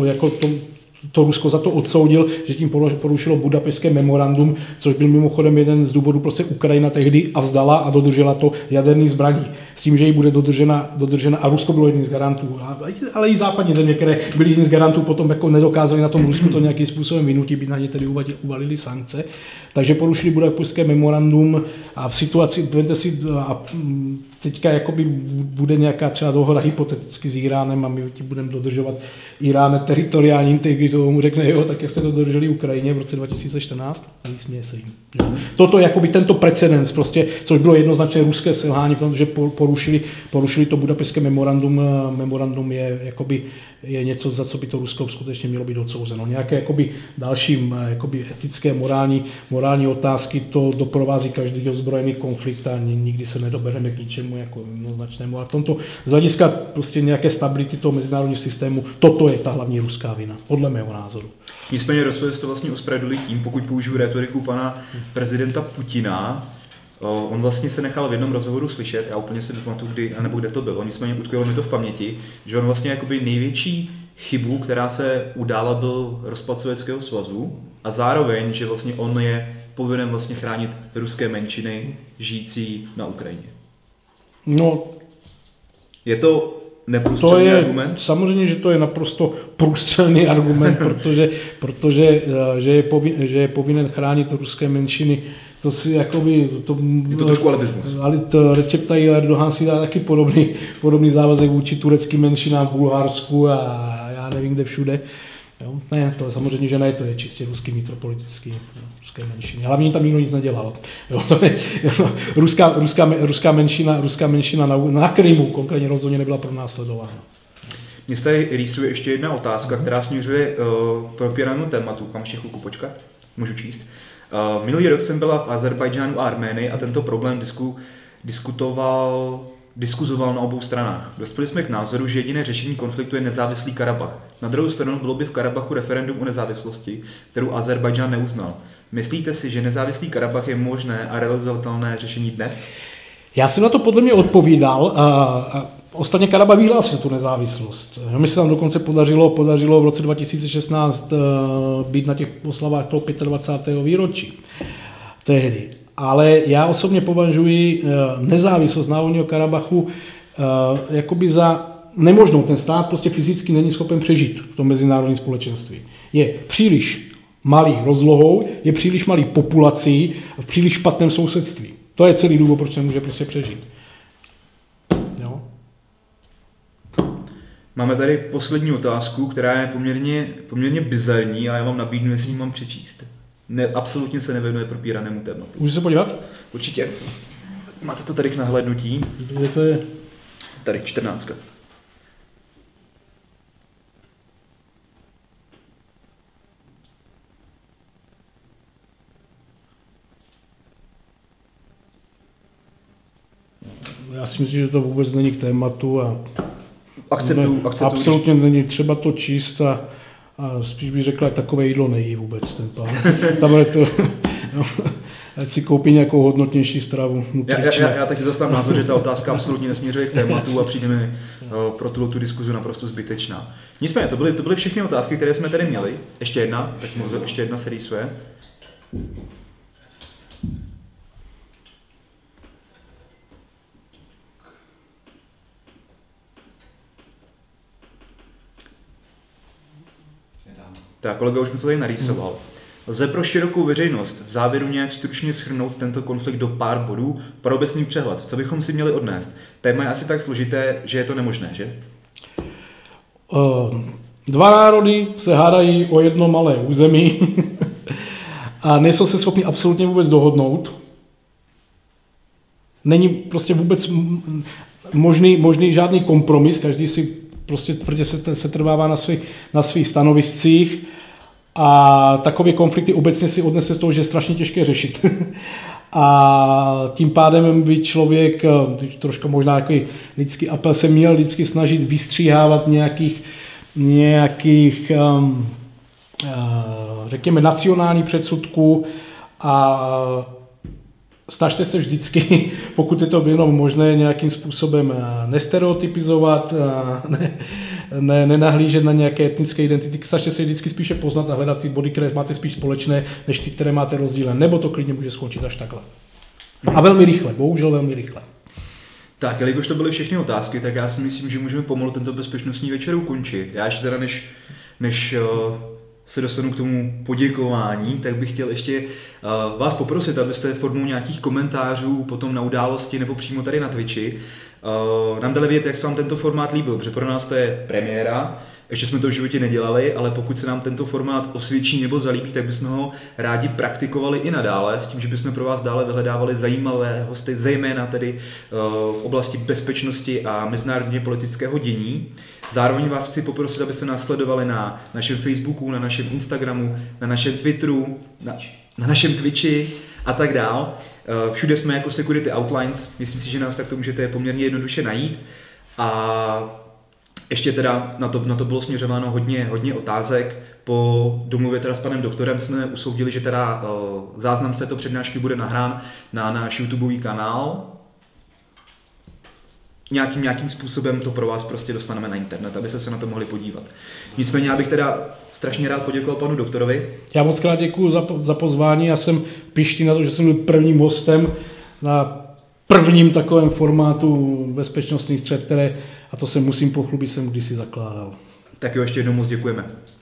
to Rusko za to odsoudil, že tím porušilo Budapešťské memorandum, což byl mimochodem jeden z důvodů, prostě Ukrajina tehdy a vzdala a dodržela to jaderný zbraní. S tím, že jí bude dodržena a Rusko bylo jedním z garantů, ale i západní země, které byly jedním z garantů, potom jako nedokázali na tom Rusku to nějakým způsobem vynutit, by na ně tedy uvalili sankce. Takže porušili Budapešťské memorandum a v situaci, a teďka jakoby bude nějaká třeba dohoda hypoteticky s Iránem a my tím budeme dodržovat Irán teritoriální integritu, mu řekne, jo, tak jak jste to dodrželi Ukrajině v roce 2014, a vysměje se jim. Toto je jakoby tento precedens, prostě, což bylo jednoznačně ruské selhání, protože porušili to Budapešťské memorandum je něco, za co by to Rusko skutečně mělo být odsouzeno. Nějaké jakoby další jakoby etické, morální otázky to doprovází každý ozbrojený konflikt a nikdy se nedobereme k ničemu jako jednoznačnému. A v tomto z hlediska prostě nějaké stability toho mezinárodního systému, toto je ta hlavní ruská vina, podle mého názoru. Nicméně Rusko to vlastně ospravedlili tím, pokud použiju retoriku pana prezidenta Putina. On vlastně se nechal v jednom rozhovoru slyšet, já úplně si nepamatuju, kdy, anebo kde to bylo, nicméně utkvělo mi to v paměti, že on vlastně jakoby největší chybu, která se udála, byl rozpad Sovětského svazu a zároveň, že vlastně on je povinen vlastně chránit ruské menšiny žijící na Ukrajině. No, je to neprůstřelný argument? Samozřejmě, že to je naprosto průstřelný argument, protože že je povinen chránit ruské menšiny. To si jakoby... Je to trošku alibismus. Ale Recep Tayyip Erdogan si dá taky podobný závazek vůči tureckým menšinám v Bulharsku a já nevím kde všude. Jo? Ne, to samozřejmě, že ne, to je čistě ruský vnitropolitický, ruské menšiny. Hlavně tam nikdo nic nedělal. Jo? Ruská menšina na Krymu konkrétně rozhodně nebyla pronásledována. Mně se tady rýsuje ještě jedna otázka, která směřuje k propíranému tématu. Kam ještě chvilku počkat? Můžu číst. Minulý rok jsem byla v Azerbajdžánu a Arménii a tento problém diskuzoval na obou stranách. Dospěli jsme k názoru, že jediné řešení konfliktu je nezávislý Karabach. Na druhou stranu bylo by v Karabachu referendum o nezávislosti, kterou Azerbajdžán neuznal. Myslíte si, že nezávislý Karabach je možné a realizovatelné řešení dnes? Já jsem na to podle mě odpovídal. Ostatně Karabach vyhlásil tu nezávislost. Mi se tam dokonce podařilo v roce 2016 být na těch oslavách toho 25. výročí tehdy. Ale já osobně považuji nezávislost Náhorního Karabachu jakoby za nemožnou. Ten stát prostě fyzicky není schopen přežít v tom mezinárodním společenství. Je příliš malý rozlohou, je příliš malý populací a v příliš špatném sousedství. To je celý důvod, proč nemůže prostě přežít. Jo? Máme tady poslední otázku, která je poměrně bizarní a já vám nabídnu, jestli ji mám přečíst. Absolutně se nevěnuje propíranému tématu. Můžu se podívat? Určitě. Máte to tady k nahlédnutí. Kde to je? Tady 14. Já si myslím, že to vůbec není k tématu a akceptuju. Absolutně není třeba to číst a spíš bych řekl, že takové jídlo nejí vůbec ten pán. Tam je to, no, ať si koupí nějakou hodnotnější stravu. Já taky zastávám názor, že ta otázka absolutně nesměřuje k tématu a přijde mi pro tu diskuzi naprosto zbytečná. Nicméně, to byly všechny otázky, které jsme tady měli. Ještě jedna, tak ještě jedna se rýsuje. Tak kolega už mi to tady narýsoval. Lze pro širokou veřejnost v závěru nějak stručně shrnout tento konflikt do pár bodů pro obecný přehled. Co bychom si měli odnést? Téma je asi tak složité, že je to nemožné, že? Dva národy se hádají o jedno malé území a nejsou se schopni absolutně vůbec dohodnout. Není prostě vůbec možný žádný kompromis, každý si prostě tvrdě se trvává na svých stanoviscích a takové konflikty obecně si odnese z toho, že je strašně těžké řešit. A tím pádem by člověk, trošku možná takový lidský apel, se měl vždycky snažit vystříhávat nějakých řekněme, nacionální předsudků a snažte se vždycky, pokud je to jenom možné, nějakým způsobem nestereotypizovat, nenahlížet na nějaké etnické identity. Snažte se vždycky spíše poznat a hledat ty body, které máte spíš společné, než ty, které máte rozdílné. Nebo to klidně může skončit až takhle. A velmi rychle, bohužel velmi rychle. Tak, jelikož to byly všechny otázky, tak já si myslím, že můžeme pomalu tento bezpečnostní večer ukončit. Já ještě teda, než se dostanu k tomu poděkování, tak bych chtěl ještě vás poprosit, abyste formou nějakých komentářů potom na události nebo přímo tady na Twitchi nám dali vědět, jak se vám tento formát líbil, protože pro nás to je premiéra, ještě jsme to v životě nedělali, ale pokud se nám tento formát osvědčí nebo zalíbí, tak bychom ho rádi praktikovali i nadále, s tím, že bychom pro vás dále vyhledávali zajímavé hosty, zejména tedy v oblasti bezpečnosti a mezinárodně politického dění. Zároveň vás chci poprosit, abyste nás sledovali na našem Facebooku, na našem Instagramu, na našem Twitteru, na našem Twitchi a tak dál. Všude jsme jako Security Outlines, myslím si, že nás takto můžete poměrně jednoduše najít. A ještě teda na to bylo směřováno hodně otázek. Po domluvě teda s panem doktorem jsme usoudili, že teda záznam z této přednášky bude nahrán na náš YouTubeový kanál. Nějakým způsobem to pro vás prostě dostaneme na internet, abyste se na to mohli podívat. Nicméně já bych teda strašně rád poděkoval panu doktorovi. Já moc krát děkuju za pozvání, já jsem pyšný na to, že jsem byl prvním hostem na prvním takovém formátu bezpečnostních střed, a to se musím pochlubit, jsem kdysi zakládal. Tak jo, ještě jednou moc děkujeme.